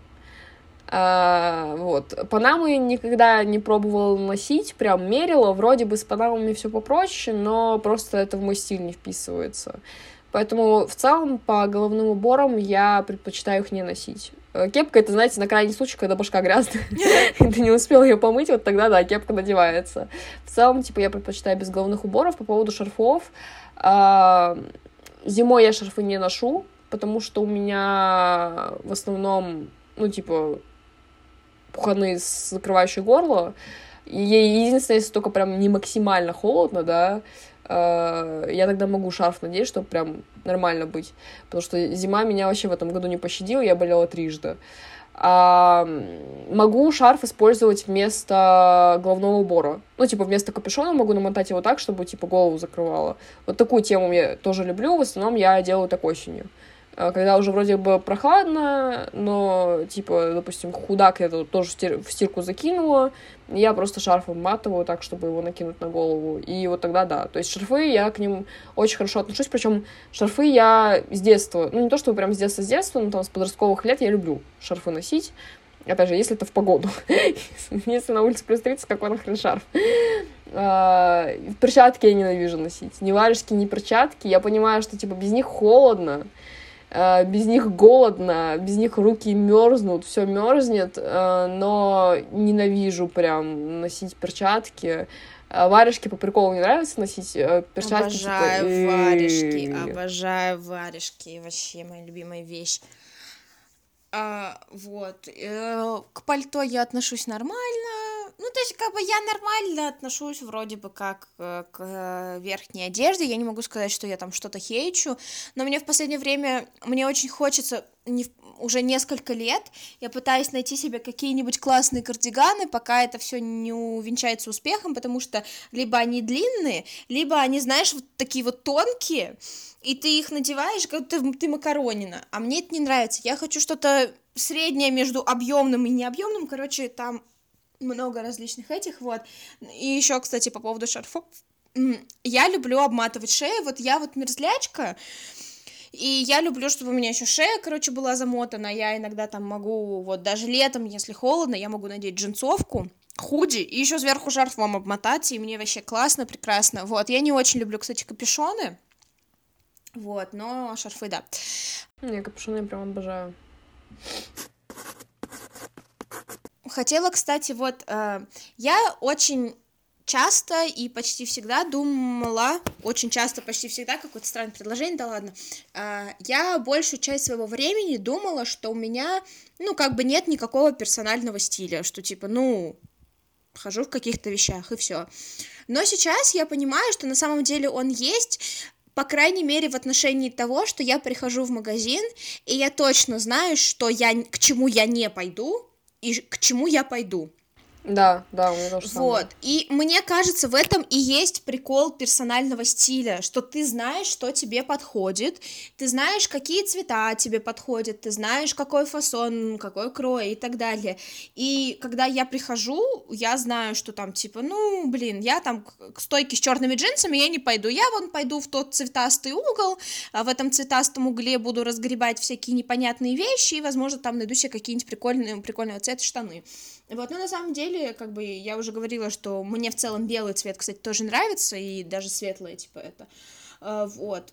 Вот. Панамы никогда не пробовала носить, прям мерила, вроде бы с панамами все попроще, но просто это в мой стиль не вписывается. Поэтому в целом по головным уборам я предпочитаю их не носить. Кепка — это, знаете, на крайний случай, когда башка грязная, и ты не успел ее помыть, вот тогда, да, кепка надевается. В целом, типа, я предпочитаю без головных уборов. По поводу шарфов, зимой я шарфы не ношу, потому что у меня в основном, ну, типа, пуханы, закрывающие горло. И единственное, если только прям не максимально холодно, да, я тогда могу шарф надеть, чтобы прям нормально быть. Потому что зима меня вообще в этом году не пощадила, я болела трижды. Могу шарф использовать вместо головного убора. Ну, типа, вместо капюшона могу намотать его так, чтобы, типа, голову закрывало. Вот такую тему я тоже люблю. В основном я делаю так осенью. Когда уже вроде бы прохладно, но, типа, допустим, худак я тут тоже в стирку закинула, я просто шарфом матываю так, чтобы его накинуть на голову, и вот тогда да. То есть шарфы, я к ним очень хорошо отношусь, причем шарфы я с детства, ну, не то чтобы прям с детства, но там с подростковых лет я люблю шарфы носить, опять же, если это в погоду. Если на улице плюс 30, какой нахрен шарф? Перчатки я ненавижу носить, ни варежки, ни перчатки, я понимаю, что, типа, без них холодно, без них голодно, без них руки мерзнут, все мерзнет, но ненавижу прям носить перчатки. Варежки по приколу не нравится носить, перчатки обожаю варежки, вообще моя любимая вещь. Вот, к пальто я отношусь нормально, Ну, то есть, как бы я нормально отношусь вроде бы как к верхней одежде. Я не могу сказать, что я там что-то хейчу, но мне в последнее время, мне очень хочется, уже несколько лет, я пытаюсь найти себе какие-нибудь классные кардиганы, пока это все не увенчается успехом, потому что либо они длинные, либо они, знаешь, вот такие вот тонкие, и ты их надеваешь, как ты макаронина, а мне это не нравится. Я хочу что-то среднее между объемным и необъемным, короче, там много различных этих, вот. И еще, кстати, по поводу шарфов. Я люблю обматывать шею, вот я вот мерзлячка, и я люблю, чтобы у меня еще шея, короче, была замотана, я иногда там могу, вот даже летом, если холодно, я могу надеть джинсовку, худи, и еще сверху шарфом обмотать, и мне вообще классно, прекрасно, вот. Я не очень люблю, кстати, капюшоны, вот, но шарфы, да. Не, капюшоны я прям обожаю. Хотела, кстати, вот, я очень часто и почти всегда думала, очень часто, почти всегда, какое-то странное предложение, да ладно, я большую часть своего времени думала, что у меня, ну, как бы нет никакого персонального стиля, что, типа, ну, хожу в каких-то вещах, и все. Но сейчас я понимаю, что на самом деле он есть, по крайней мере, в отношении того, что я прихожу в магазин, и я точно знаю, что к чему я не пойду, и к чему я пойду. Да, у меня тоже самое. Вот, и мне кажется, в этом и есть прикол персонального стиля, что ты знаешь, что тебе подходит, ты знаешь, какие цвета тебе подходят, ты знаешь, какой фасон, какой крой и так далее. И когда я прихожу, я знаю, что там, типа, ну, блин, я там к стойке с черными джинсами я не пойду, я вон пойду в тот цветастый угол, а в этом цветастом угле буду разгребать всякие непонятные вещи, и, возможно, там найду себе какие-нибудь прикольного цвета штаны. Вот, но на самом деле, как бы, я уже говорила, что мне в целом белый цвет, кстати, тоже нравится, и даже светлый, типа, это, вот.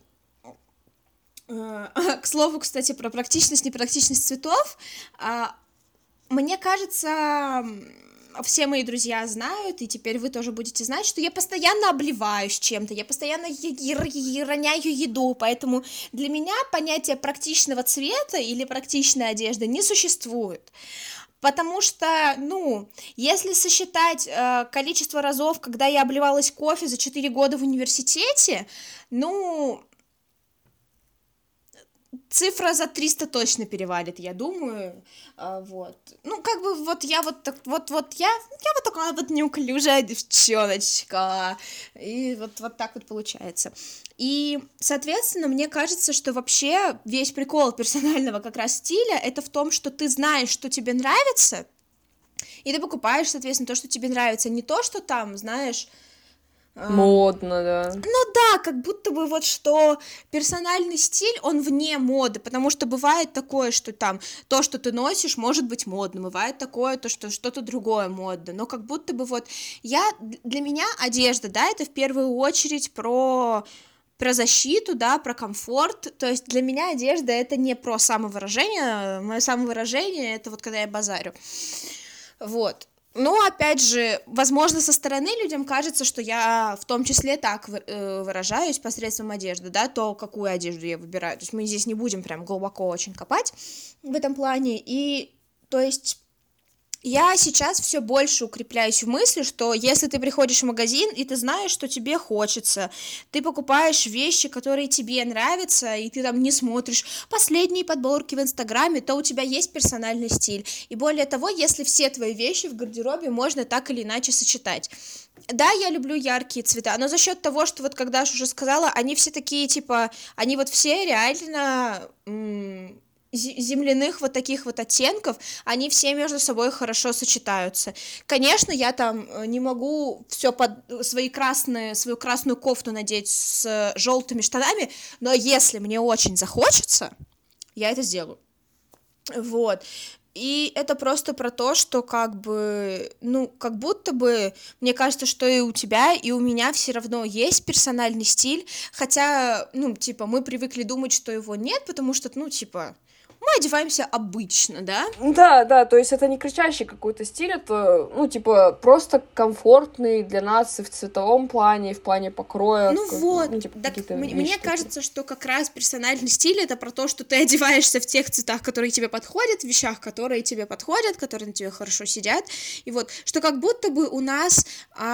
К слову, кстати, про практичность, непрактичность цветов, мне кажется, все мои друзья знают, и теперь вы тоже будете знать, что я постоянно обливаюсь чем-то, я постоянно роняю еду, поэтому для меня понятие практичного цвета или практичной одежды не существует. Потому что, ну, если сосчитать количество разов, когда я обливалась кофе за 4 года в университете, ну, цифра за 300 точно перевалит, я думаю, вот. Ну, как бы, вот я вот так, вот я вот такая вот неуклюжая девчоночка, и вот так вот получается. И, соответственно, мне кажется, что вообще весь прикол персонального как раз стиля, это в том, что ты знаешь, что тебе нравится, и ты покупаешь, соответственно, то, что тебе нравится, не то, что там, знаешь... Модно, да. Ну да, как будто бы вот что персональный стиль, он вне моды, потому что бывает такое, что там то, что ты носишь, может быть модным, бывает такое, то, что что-то другое модно, но как будто бы вот для меня одежда, да, это в первую очередь про защиту, да, про комфорт, то есть для меня одежда это не про самовыражение, мое самовыражение это вот когда я базарю, вот. Но, опять же, возможно, со стороны людям кажется, что я в том числе так выражаюсь посредством одежды, да, то, какую одежду я выбираю. То есть мы здесь не будем прям глубоко очень копать в этом плане. И, то есть, я сейчас все больше укрепляюсь в мысли, что если ты приходишь в магазин, и ты знаешь, что тебе хочется, ты покупаешь вещи, которые тебе нравятся, и ты там не смотришь последние подборки в Инстаграме, то у тебя есть персональный стиль. И более того, если все твои вещи в гардеробе можно так или иначе сочетать. Да, я люблю яркие цвета, но за счет того, что вот как Даша уже сказала, они все такие, типа, они вот все реально... земляных вот таких вот оттенков, они все между собой хорошо сочетаются. Конечно, я там не могу все под свою красную кофту надеть с желтыми штанами, но если мне очень захочется, я это сделаю. Вот. И это просто про то, что как бы, ну, как будто бы, мне кажется, что и у тебя, и у меня все равно есть персональный стиль, хотя, ну, типа, мы привыкли думать, что его нет, потому что, ну, типа... мы одеваемся обычно, да? Да, то есть это не кричащий какой-то стиль, это, ну, типа, просто комфортный для нас и в цветовом плане, и в плане покроя. Ну вот, ну, типа, так мне кажется, что как раз персональный стиль — это про то, что ты одеваешься в тех цветах, которые тебе подходят, в вещах, которые тебе подходят, которые на тебе хорошо сидят, и вот, что как будто бы у нас...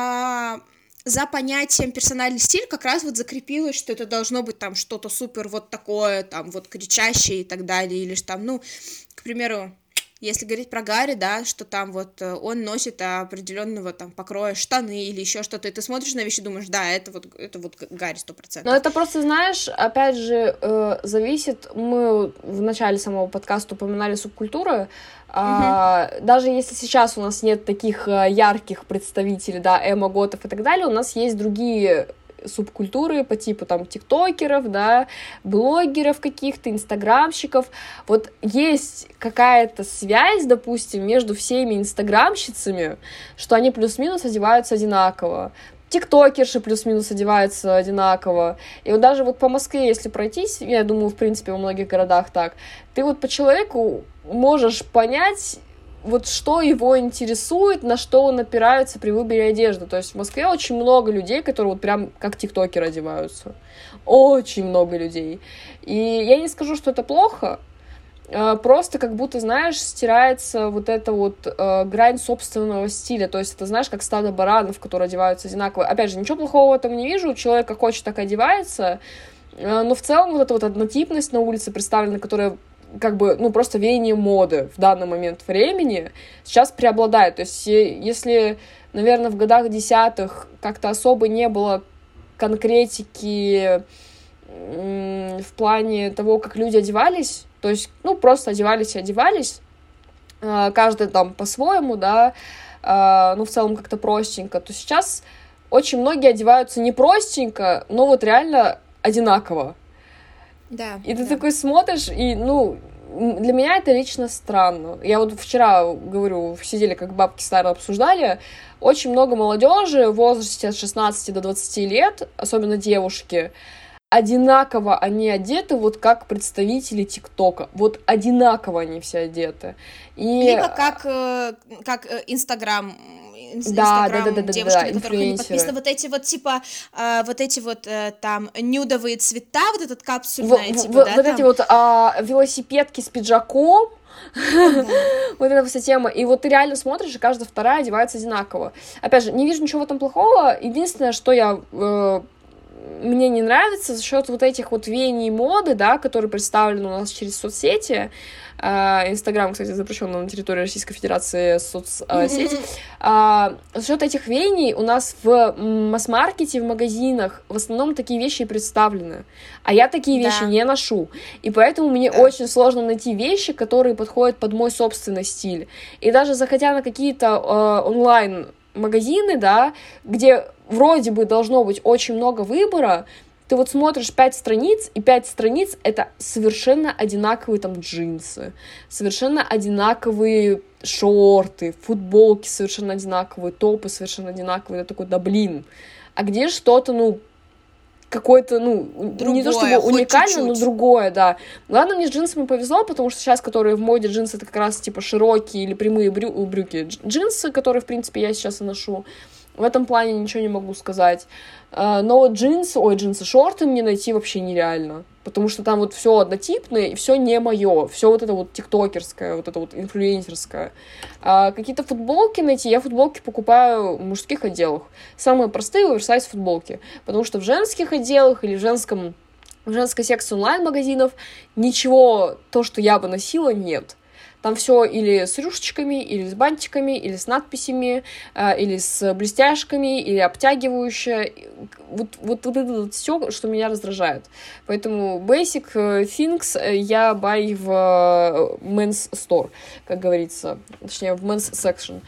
за понятием персональный стиль как раз вот закрепилось, что это должно быть там что-то супер вот такое, там вот кричащее и так далее, или же там, ну, к примеру, если говорить про Гарри, да, что там вот он носит определенного там покроя штаны или еще что-то, и ты смотришь на вещи и думаешь, да, это вот Гарри 100%. Но это просто, знаешь, опять же, зависит, мы в начале самого подкаста упоминали субкультуры, даже если сейчас у нас нет таких ярких представителей, да, эмо-готов и так далее, у нас есть другие субкультуры по типу там тиктокеров, да, блогеров каких-то, инстаграмщиков. Вот есть какая-то связь, допустим, между всеми инстаграмщицами, что они плюс-минус одеваются одинаково. Тиктокерши плюс-минус одеваются одинаково. И вот даже вот по Москве, если пройтись, я думаю, в принципе, во многих городах так, ты вот по человеку можешь понять, вот что его интересует, на что он опирается при выборе одежды. То есть в Москве очень много людей, которые вот прям как тиктокеры одеваются. Очень много людей. И я не скажу, что это плохо, просто как будто, знаешь, стирается вот эта вот грань собственного стиля. То есть это, знаешь, как стадо баранов, которые одеваются одинаково. Опять же, ничего плохого в этом не вижу. Человек как хочет, так одевается. Но в целом вот эта вот однотипность на улице представлена, которая как бы, ну, просто веяние моды в данный момент времени сейчас преобладает. То есть если, наверное, в годах 10-х как-то особо не было конкретики в плане того, как люди одевались, то есть, ну, просто одевались и одевались, каждый там по-своему, да, ну, в целом как-то простенько, то сейчас очень многие одеваются не простенько, но вот реально одинаково. Да. И ты такой смотришь, и, ну, для меня это лично странно. Я вот вчера, говорю, сидели как бабки старые обсуждали, очень много молодежи в возрасте от 16 до 20 лет, особенно девушки, одинаково они одеты, вот как представители ТикТока. Вот одинаково они все одеты. И... Либо как Инстаграм, девушки, на которых они подписаны, вот эти вот, типа, там, нюдовые цвета, вот этот капсульная, типа, да, вот эти вот велосипедки с пиджаком, вот эта вся тема, и вот ты реально смотришь, и каждая вторая одевается одинаково. Опять же, не вижу ничего в этом плохого, единственное, что мне не нравится за счет вот этих вот веяний моды, да, которые представлены у нас через соцсети. Инстаграм, кстати, запрещен на территории Российской Федерации соцсеть. За счет этих веяний у нас в масс-маркете, в магазинах в основном такие вещи представлены. А я такие вещи не ношу. И поэтому мне очень сложно найти вещи, которые подходят под мой собственный стиль. И даже заходя на какие-то онлайн-магазины, да, где вроде бы должно быть очень много выбора, ты вот смотришь 5 страниц, и 5 страниц — это совершенно одинаковые там джинсы, совершенно одинаковые шорты, футболки совершенно одинаковые, топы совершенно одинаковые. Я такой, да блин, а где что-то, ну, какое-то, ну, другое, не то чтобы уникальное, но другое, да. Ладно, мне с джинсами повезло, потому что сейчас, которые в моде джинсы, это как раз, типа, широкие или прямые брюки. Джинсы, которые, в принципе, я сейчас и ношу. В этом плане ничего не могу сказать. Но вот джинсы-шорты мне найти вообще нереально. Потому что там вот все однотипное, и все не мое. Все вот это вот тиктокерское, вот это вот инфлюенсерское. Какие-то футболки найти, я футболки покупаю в мужских отделах. Самые простые оверсайз футболки. Потому что в женских отделах или в женской секции онлайн-магазинов ничего, то, что я бы носила, нет. Там все или с рюшечками, или с бантиками, или с надписями, или с блестяшками, или обтягивающее. Вот это вот все, что меня раздражает. Поэтому basic things я buy в men's store, как говорится. Точнее, в men's section.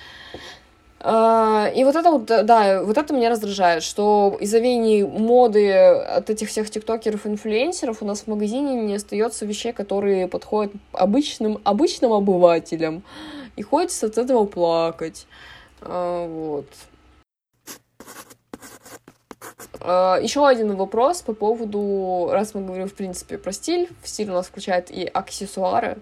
И вот это вот, да, вот это меня раздражает, что из-за веяний моды от этих всех тиктокеров, инфлюенсеров у нас в магазине не остается вещей, которые подходят обычным обывателям. И хочется от этого плакать. Вот. Еще один вопрос по поводу, раз мы говорим, в принципе, про стиль, в стиль у нас включает и аксессуары.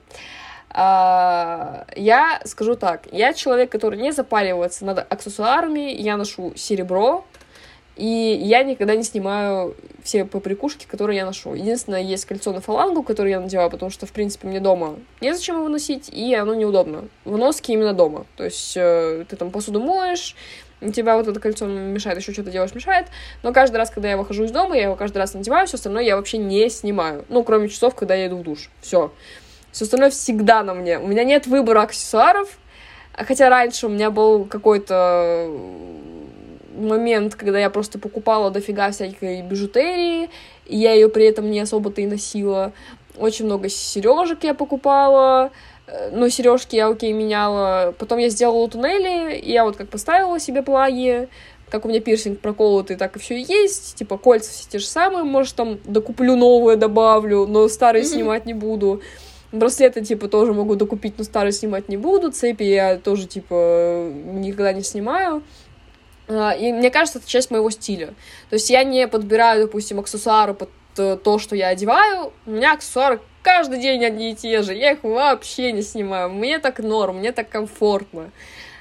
Я скажу так, я человек, который не запаривается над аксессуарами, я ношу серебро, и я никогда не снимаю все поприкушки, которые я ношу. Единственное, есть кольцо на фалангу, которое я надеваю, потому что, в принципе, мне дома незачем его носить, и оно неудобно. В носке именно дома. То есть ты там посуду моешь, тебя вот это кольцо мешает, еще что-то делаешь, мешает. Но каждый раз, когда я выхожу из дома, я его каждый раз надеваю, все остальное я вообще не снимаю. Ну, кроме часов, когда я иду в душ. Все остальное всегда на мне. У меня нет выбора аксессуаров. Хотя раньше у меня был какой-то момент, когда я просто покупала дофига всякой бижутерии, и я ее при этом не особо-то и носила. Очень много сережек я покупала, но сережки я, окей, меняла. Потом я сделала туннели, и я вот как поставила себе плаги, как у меня пирсинг проколотый, так и все есть. Типа кольца все те же самые, может, там докуплю новые, добавлю, но старые снимать не буду. Браслеты, типа, тоже могу докупить, но старые снимать не буду. Цепи я тоже, типа, никогда не снимаю. И мне кажется, это часть моего стиля. То есть я не подбираю, допустим, аксессуары под то, что я одеваю. У меня аксессуары каждый день одни и те же. Я их вообще не снимаю. Мне так норм, мне так комфортно.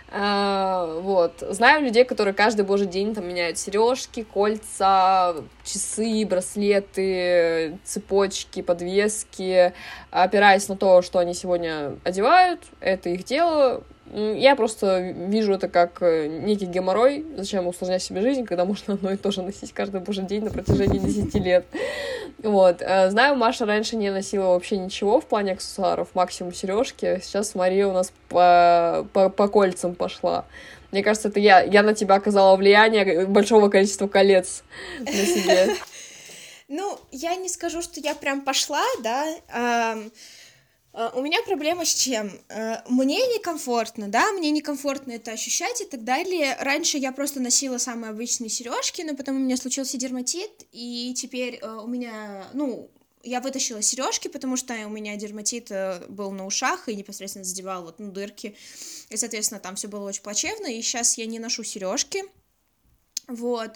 Вот. Знаю людей, которые каждый божий день там меняют сережки, кольца, часы, браслеты, цепочки, подвески, опираясь на то, что они сегодня одевают. Это их дело. Я просто вижу это как некий геморрой. Зачем усложнять себе жизнь, когда можно одно и то же носить каждый божий день на протяжении 10 лет. Вот. Знаю, Маша раньше не носила вообще ничего в плане аксессуаров, максимум сережки. Сейчас Мария у нас по кольцам пошла. Мне кажется, это я на тебя оказала влияние большого количества колец на себе. Ну, я не скажу, что я прям пошла, да. У меня проблема с чем? Мне некомфортно, да, мне некомфортно это ощущать и так далее. Раньше я просто носила самые обычные сережки, но потом у меня случился дерматит, и теперь у меня, ну, я вытащила сережки, потому что у меня дерматит был на ушах и непосредственно задевал вот, ну, дырки, и, соответственно, там все было очень плачевно, и сейчас я не ношу сережки, вот.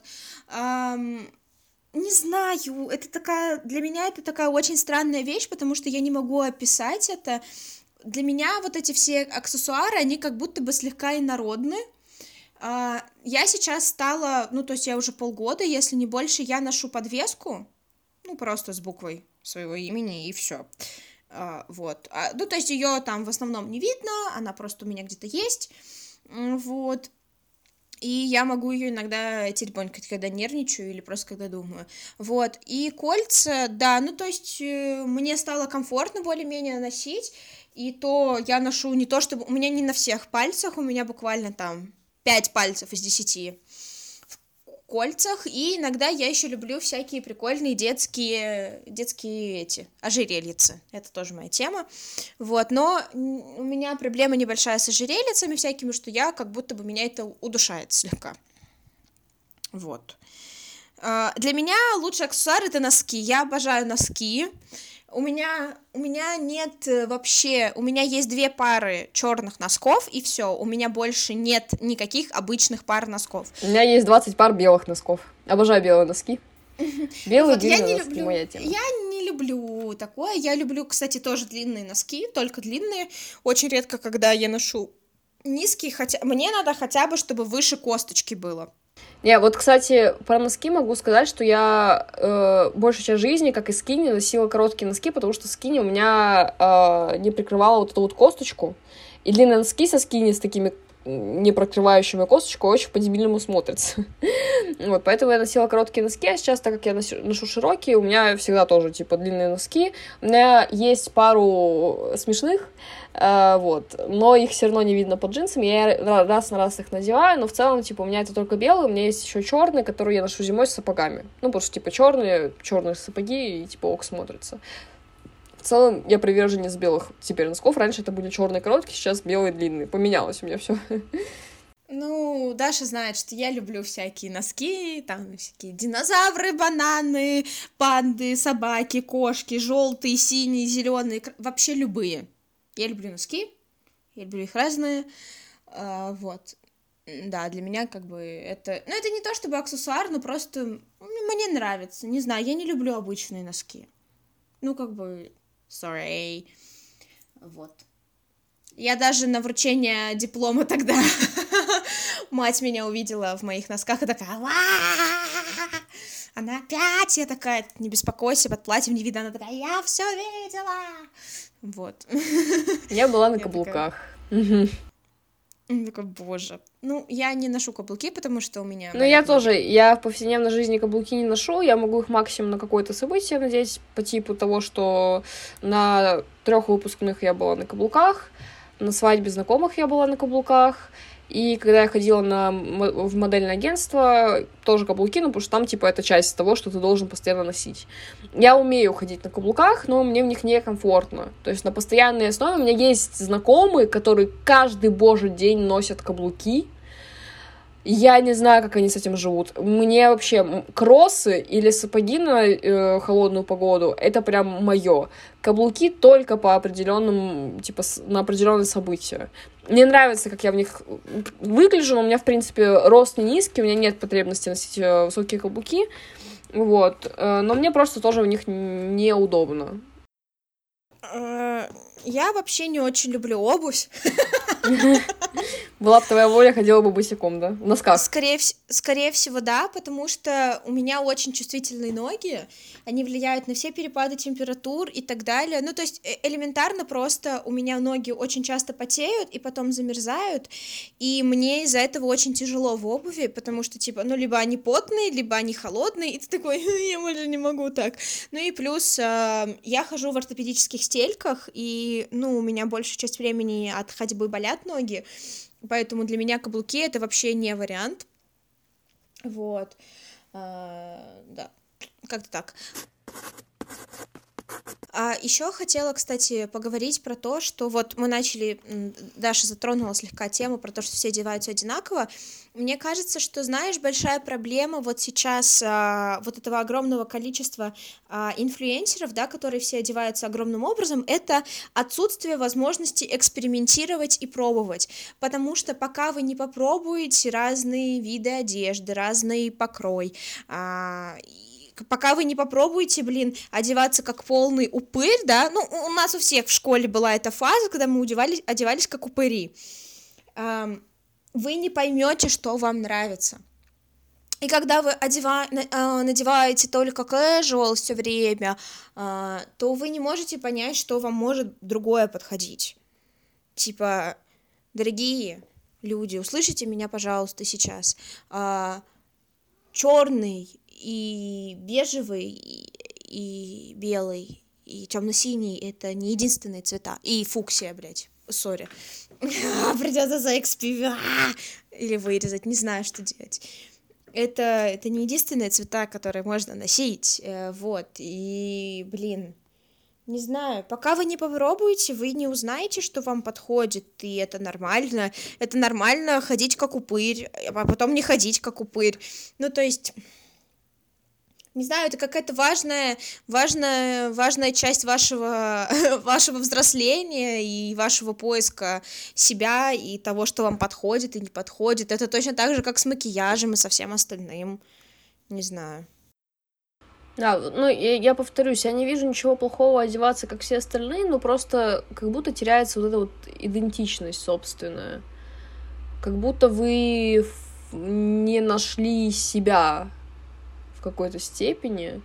Не знаю, это такая, для меня это такая очень странная вещь, потому что я не могу описать это. Для меня вот эти все аксессуары, они как будто бы слегка инородны. Я сейчас стала, ну, то есть я уже полгода, если не больше, я ношу подвеску, ну, просто с буквой своего имени, и все. Вот. Ну, то есть ее там в основном не видно, она просто у меня где-то есть, вот. И я могу ее иногда теребонькать, когда нервничаю или просто когда думаю. Вот. И кольца, да, ну то есть мне стало комфортно более-менее носить. И то я ношу не то, чтобы... У меня не на всех пальцах, у меня буквально там 5 пальцев из 10 в кольцах. И иногда я еще люблю всякие прикольные детские эти ожерельицы. Это тоже моя тема. Вот, но у меня проблема небольшая с ожерельицами всякими, что я как будто бы меня это удушает слегка. Вот. Для меня лучший аксессуар — это носки. Я обожаю носки. У меня нет вообще, у меня есть 2 пары черных носков, и все, у меня больше нет никаких обычных пар носков. У меня есть 20 пар белых носков. Обожаю белые носки. Белые длинные носки, моя тема. Я не люблю такое. Я люблю, кстати, тоже длинные носки, только длинные. Очень редко, когда я ношу низкие, хотя мне надо хотя бы, чтобы выше косточки было. Не, вот, кстати, про носки могу сказать, что я большую часть жизни, как и скини, носила короткие носки, потому что скини у меня не прикрывала вот эту вот косточку. И длинные носки со скини с такими не прокрывающими косточку очень по-дебильному смотрятся. Вот, поэтому я носила короткие носки, а сейчас, так как я ношу широкие, у меня всегда тоже, типа, длинные носки. У меня есть пару смешных, вот, но их все равно не видно под джинсами, я раз на раз их надеваю, но в целом, типа, у меня это только белые, у меня есть еще черные, которые я ношу зимой с сапогами. Ну, потому что, типа, черные сапоги и, типа, ок смотрятся. В целом, я приверженец белых теперь носков. Раньше это были черные короткие, сейчас белые длинные. Поменялось у меня все. Ну, Даша знает, что я люблю всякие носки, там всякие динозавры, бананы, панды, собаки, кошки, желтые, синие, зеленые, вообще любые. Я люблю носки, я люблю их разные, вот. Да, для меня как бы это... Ну, это не то чтобы аксессуар, но просто мне нравится. Не знаю, я не люблю обычные носки. Ну, как бы... Sorry. Вот. Я даже на вручение диплома тогда... Мать меня увидела в моих носках и такая... Она опять, я такая, не беспокойся, под платьем не видно, она такая, я все видела. Вот. Я была на каблуках. Я такая, боже. Ну, я не ношу каблуки, потому что у меня... Ну, я тоже, я в повседневной жизни каблуки не ношу, я могу их максимум на какое-то событие надеть, по типу того, что на 3 выпускных я была на каблуках, на свадьбе знакомых я была на каблуках, и когда я ходила в модельное агентство, тоже каблуки, ну, потому что там, типа, это часть того, что ты должен постоянно носить. Я умею ходить на каблуках, но мне в них некомфортно. То есть на постоянной основе у меня есть знакомые, которые каждый божий день носят каблуки. Я не знаю, как они с этим живут. Мне вообще кроссы или сапоги на холодную погоду — это прям мое. Каблуки только по определенным, типа, на определенные события. Мне нравится, как я в них выгляжу, но у меня, в принципе, рост не низкий, у меня нет потребности носить высокие каблуки, вот. Но мне просто тоже в них неудобно. Я вообще не очень люблю обувь. Была бы твоя воля, ходила бы босиком, да? В носках. Скорее всего, да, потому что у меня очень чувствительные ноги, они влияют на все перепады температур и так далее. Ну, то есть элементарно просто у меня ноги очень часто потеют и потом замерзают, и мне из-за этого очень тяжело в обуви, потому что, типа, ну, либо они потные, либо они холодные, и ты такой, я больше не могу так. Ну и плюс я хожу в ортопедических стельках, и, ну, у меня большую часть времени от ходьбы болят ноги, поэтому для меня каблуки — это вообще не вариант. Вот. Да, как-то так. А еще хотела, кстати, поговорить про то, что вот мы начали, Даша затронула слегка тему про то, что все одеваются одинаково. Мне кажется, что, знаешь, большая проблема вот сейчас вот этого огромного количества инфлюенсеров, да, которые все одеваются огромным образом, это отсутствие возможности экспериментировать и пробовать, потому что пока вы не попробуете разные виды одежды, разный покрой, пока вы не попробуете, одеваться как полный упырь, да, ну, у нас у всех в школе была эта фаза, когда мы одевались как упыри, вы не поймете, что вам нравится. И когда вы надеваете только casual все время, то вы не можете понять, что вам может другое подходить. Типа, дорогие люди, услышите меня, пожалуйста, сейчас. Черный и бежевый, и белый, и темно-синий — это не единственные цвета. И фуксия, сори. Придется заэкспивать или вырезать, не знаю, что делать. Это не единственные цвета, которые можно носить, вот, и, не знаю, пока вы не попробуете, вы не узнаете, что вам подходит, и это нормально ходить как упырь, а потом не ходить как упырь, ну, то есть... Не знаю, это какая-то важная часть вашего взросления и вашего поиска себя и того, что вам подходит и не подходит. Это точно так же, как с макияжем и со всем остальным. Не знаю. Да, ну, я повторюсь, я не вижу ничего плохого одеваться, как все остальные, но просто как будто теряется вот эта вот идентичность собственная. Как будто вы не нашли себя в какой-то степени,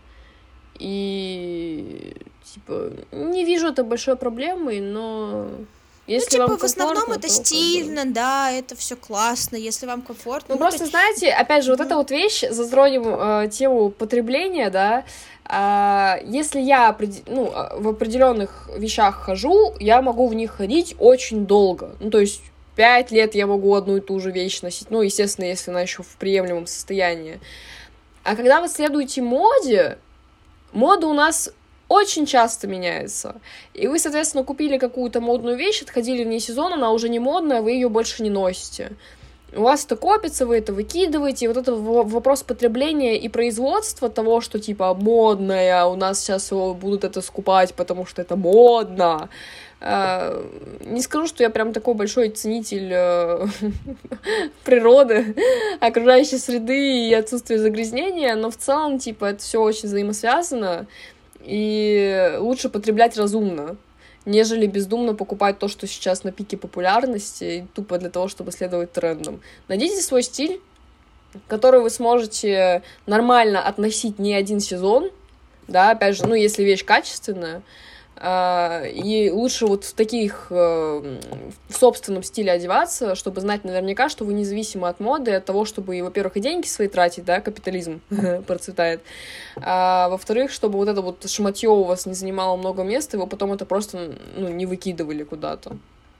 и, типа, не вижу это большой проблемой, но... Если вам в основном это стильно, да, это все классно, если вам комфортно. Ну, просто, знаете, опять же, вот эта вот вещь, затронем тему потребления, да, если я, в определенных вещах хожу, я могу в них ходить очень долго, ну, то есть 5 лет я могу одну и ту же вещь носить, ну, естественно, если она еще в приемлемом состоянии. А когда вы следуете мода у нас очень часто меняется. И вы, соответственно, купили какую-то модную вещь, отходили вне сезона, она уже не модная, вы ее больше не носите. у вас это копится, вы это выкидываете, и вот это вопрос потребления и производства того, что, типа, модное, у нас сейчас будут это скупать, потому что это модно. Не скажу, что я прям такой большой ценитель природы, окружающей среды и отсутствия загрязнения, но в целом, типа, это все очень взаимосвязано, и лучше потреблять разумно, нежели бездумно покупать то, что сейчас на пике популярности, тупо для того, чтобы следовать трендам. Найдите свой стиль, который вы сможете нормально относить не один сезон, да, опять же, ну, если вещь качественная, и лучше вот в в собственном стиле одеваться, чтобы знать наверняка, что вы независимы от моды, от того, чтобы, во-первых, и деньги свои тратить, да, капитализм процветает, а во-вторых, чтобы вот это вот шматье у вас не занимало много места, и вы потом это просто, ну, не выкидывали куда-то.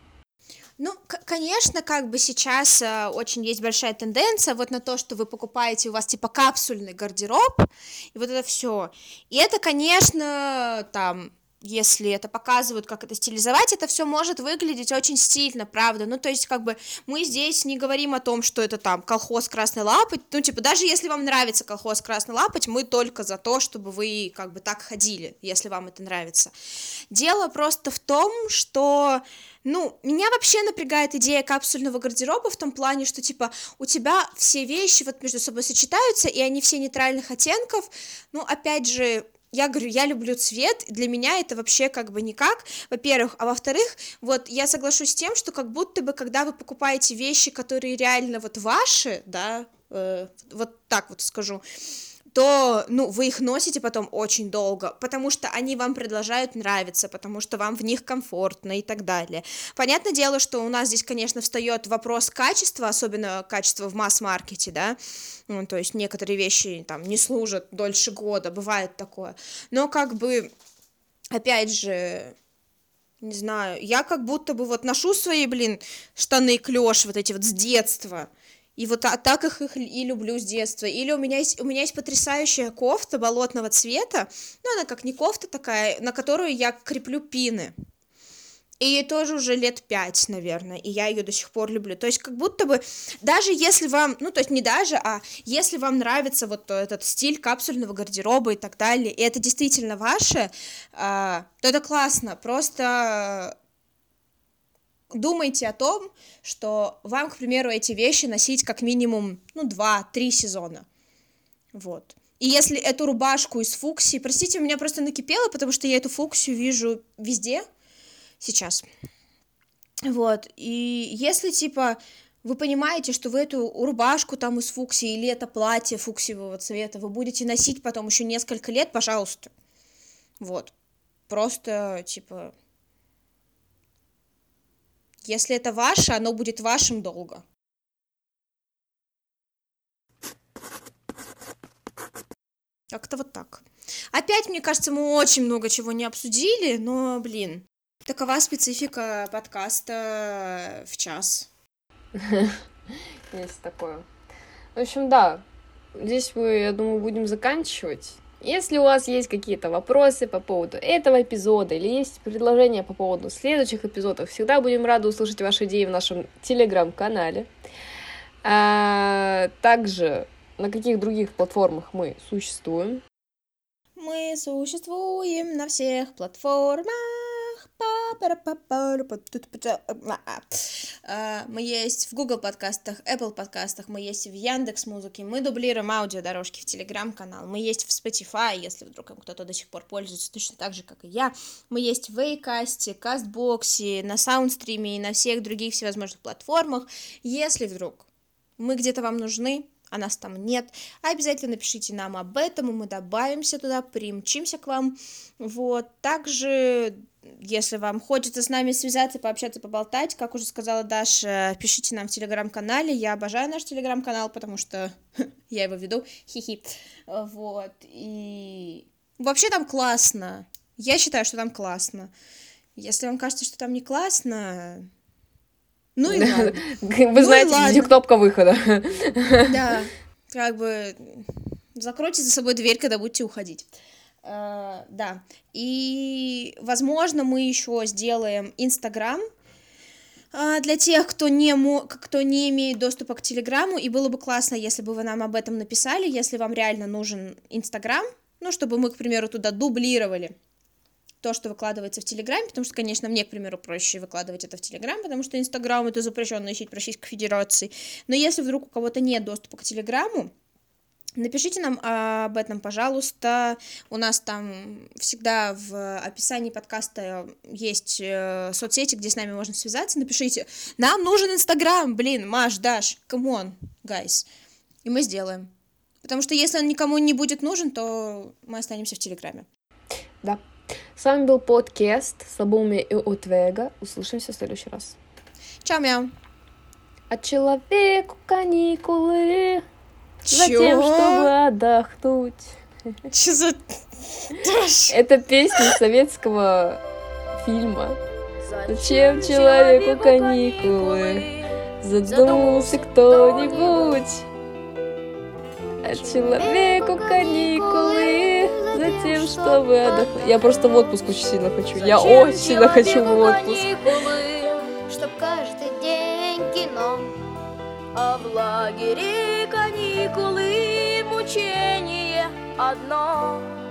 Ну, конечно, как бы сейчас очень есть большая тенденция вот на то, что вы покупаете, у вас типа капсульный гардероб, и вот это все. И это, конечно, там, если это показывают, как это стилизовать, это все может выглядеть очень стильно, правда. Ну, то есть, как бы, мы здесь не говорим о том, что это там колхоз Красный Лапоть, ну, типа, даже если вам нравится колхоз Красный Лапоть, мы только за то, чтобы вы, как бы, так ходили, если вам это нравится. Дело просто в том, что, ну, меня вообще напрягает идея капсульного гардероба в том плане, что, типа, у тебя все вещи вот между собой сочетаются, и они все нейтральных оттенков, ну, опять же, я говорю, я люблю цвет, для меня это вообще как бы никак, во-первых, а во-вторых, вот я соглашусь с тем, что как будто бы, когда вы покупаете вещи, которые реально вот ваши, да, вот так вот скажу, то, ну, вы их носите потом очень долго, потому что они вам продолжают нравиться, потому что вам в них комфортно и так далее. Понятное дело, что у нас здесь, конечно, встает вопрос качества, особенно качества в масс-маркете, да, ну, то есть некоторые вещи там не служат дольше года, бывает такое, но как бы, опять же, не знаю, я как будто бы вот ношу свои, блин, штаны клеш вот эти вот с детства, и вот так их и люблю с детства. Или у меня есть потрясающая кофта болотного цвета, ну, она как не кофта такая, на которую я креплю пины. И ей тоже уже лет 5, наверное, и я ее до сих пор люблю. То есть как будто бы, даже если вам, ну, то есть не даже, а если вам нравится вот этот стиль капсульного гардероба и так далее, и это действительно ваше, то это классно. Просто думайте о том, что вам, к примеру, эти вещи носить как минимум, ну, 2-3 сезона, вот. И если эту рубашку из фуксии, простите, у меня просто накипело, потому что я эту фуксию вижу везде сейчас, вот, и если, типа, вы понимаете, что вы эту рубашку там из фуксии или это платье фуксиевого цвета вы будете носить потом еще несколько лет, пожалуйста, вот, просто, типа... Если это ваше, оно будет вашим долго. Как-то вот так. Опять, мне кажется, мы очень много чего не обсудили, но, блин, такова специфика подкаста в час. Есть такое. В общем, да, здесь мы, я думаю, будем заканчивать. Если у вас есть какие-то вопросы по поводу этого эпизода или есть предложения по поводу следующих эпизодов, всегда будем рады услышать ваши идеи в нашем телеграм-канале. Также на каких других платформах мы существуем? Мы существуем на всех платформах. Мы есть в Google подкастах, Apple подкастах, мы есть в Яндекс.Музыке, мы дублируем аудиодорожки в Telegram-канал, мы есть в Spotify, если вдруг кто-то до сих пор пользуется точно так же, как и я, мы есть в Acast, Кастбоксе, на Саундстриме и на всех других всевозможных платформах. Если вдруг мы где-то вам нужны, а нас там нет, обязательно напишите нам об этом, и мы добавимся туда, примчимся к вам, вот, также, если вам хочется с нами связаться, пообщаться, поболтать, как уже сказала Даша, пишите нам в Телеграм-канале, я обожаю наш Телеграм-канал, потому что я его веду, хи-хи, вот, и вообще там классно, я считаю, что там классно, если вам кажется, что там не классно... Ну и ладно. Вы знаете, где кнопка выхода. Да, как бы закройте за собой дверь, когда будете уходить. Да, и, возможно, мы еще сделаем Инстаграм. для тех, кто не имеет доступа к Телеграму, и было бы классно, если бы вы нам об этом написали, если вам реально нужен Инстаграм, ну, чтобы мы, к примеру, туда дублировали то, что выкладывается в Телеграме, потому что, конечно, мне, к примеру, проще выкладывать это в Телеграм, потому что Инстаграм — это запрещенная сеть Российской Федерации, но если вдруг у кого-то нет доступа к Телеграму, напишите нам об этом, пожалуйста. У нас там всегда в описании подкаста есть соцсети, где с нами можно связаться. Напишите: нам нужен Инстаграм, блин, Маш, Даш, come on, guys. И мы сделаем. Потому что если он никому не будет нужен, то мы останемся в Телеграме. Да. С вами был подкаст «Слабоумие и отвага». Услышимся в следующий раз. Чао, мяу. А человеку каникулы... Затем, чтобы отдохнуть. Что за... Это песня советского фильма. Зачем человеку каникулы? Задумался кто-нибудь. А человеку каникулы затем, чтобы отдохнуть. Я просто в отпуск очень сильно хочу. Я очень сильно хочу в отпуск. Чтоб каждый день кино. А в лагере каникулы мучение одно.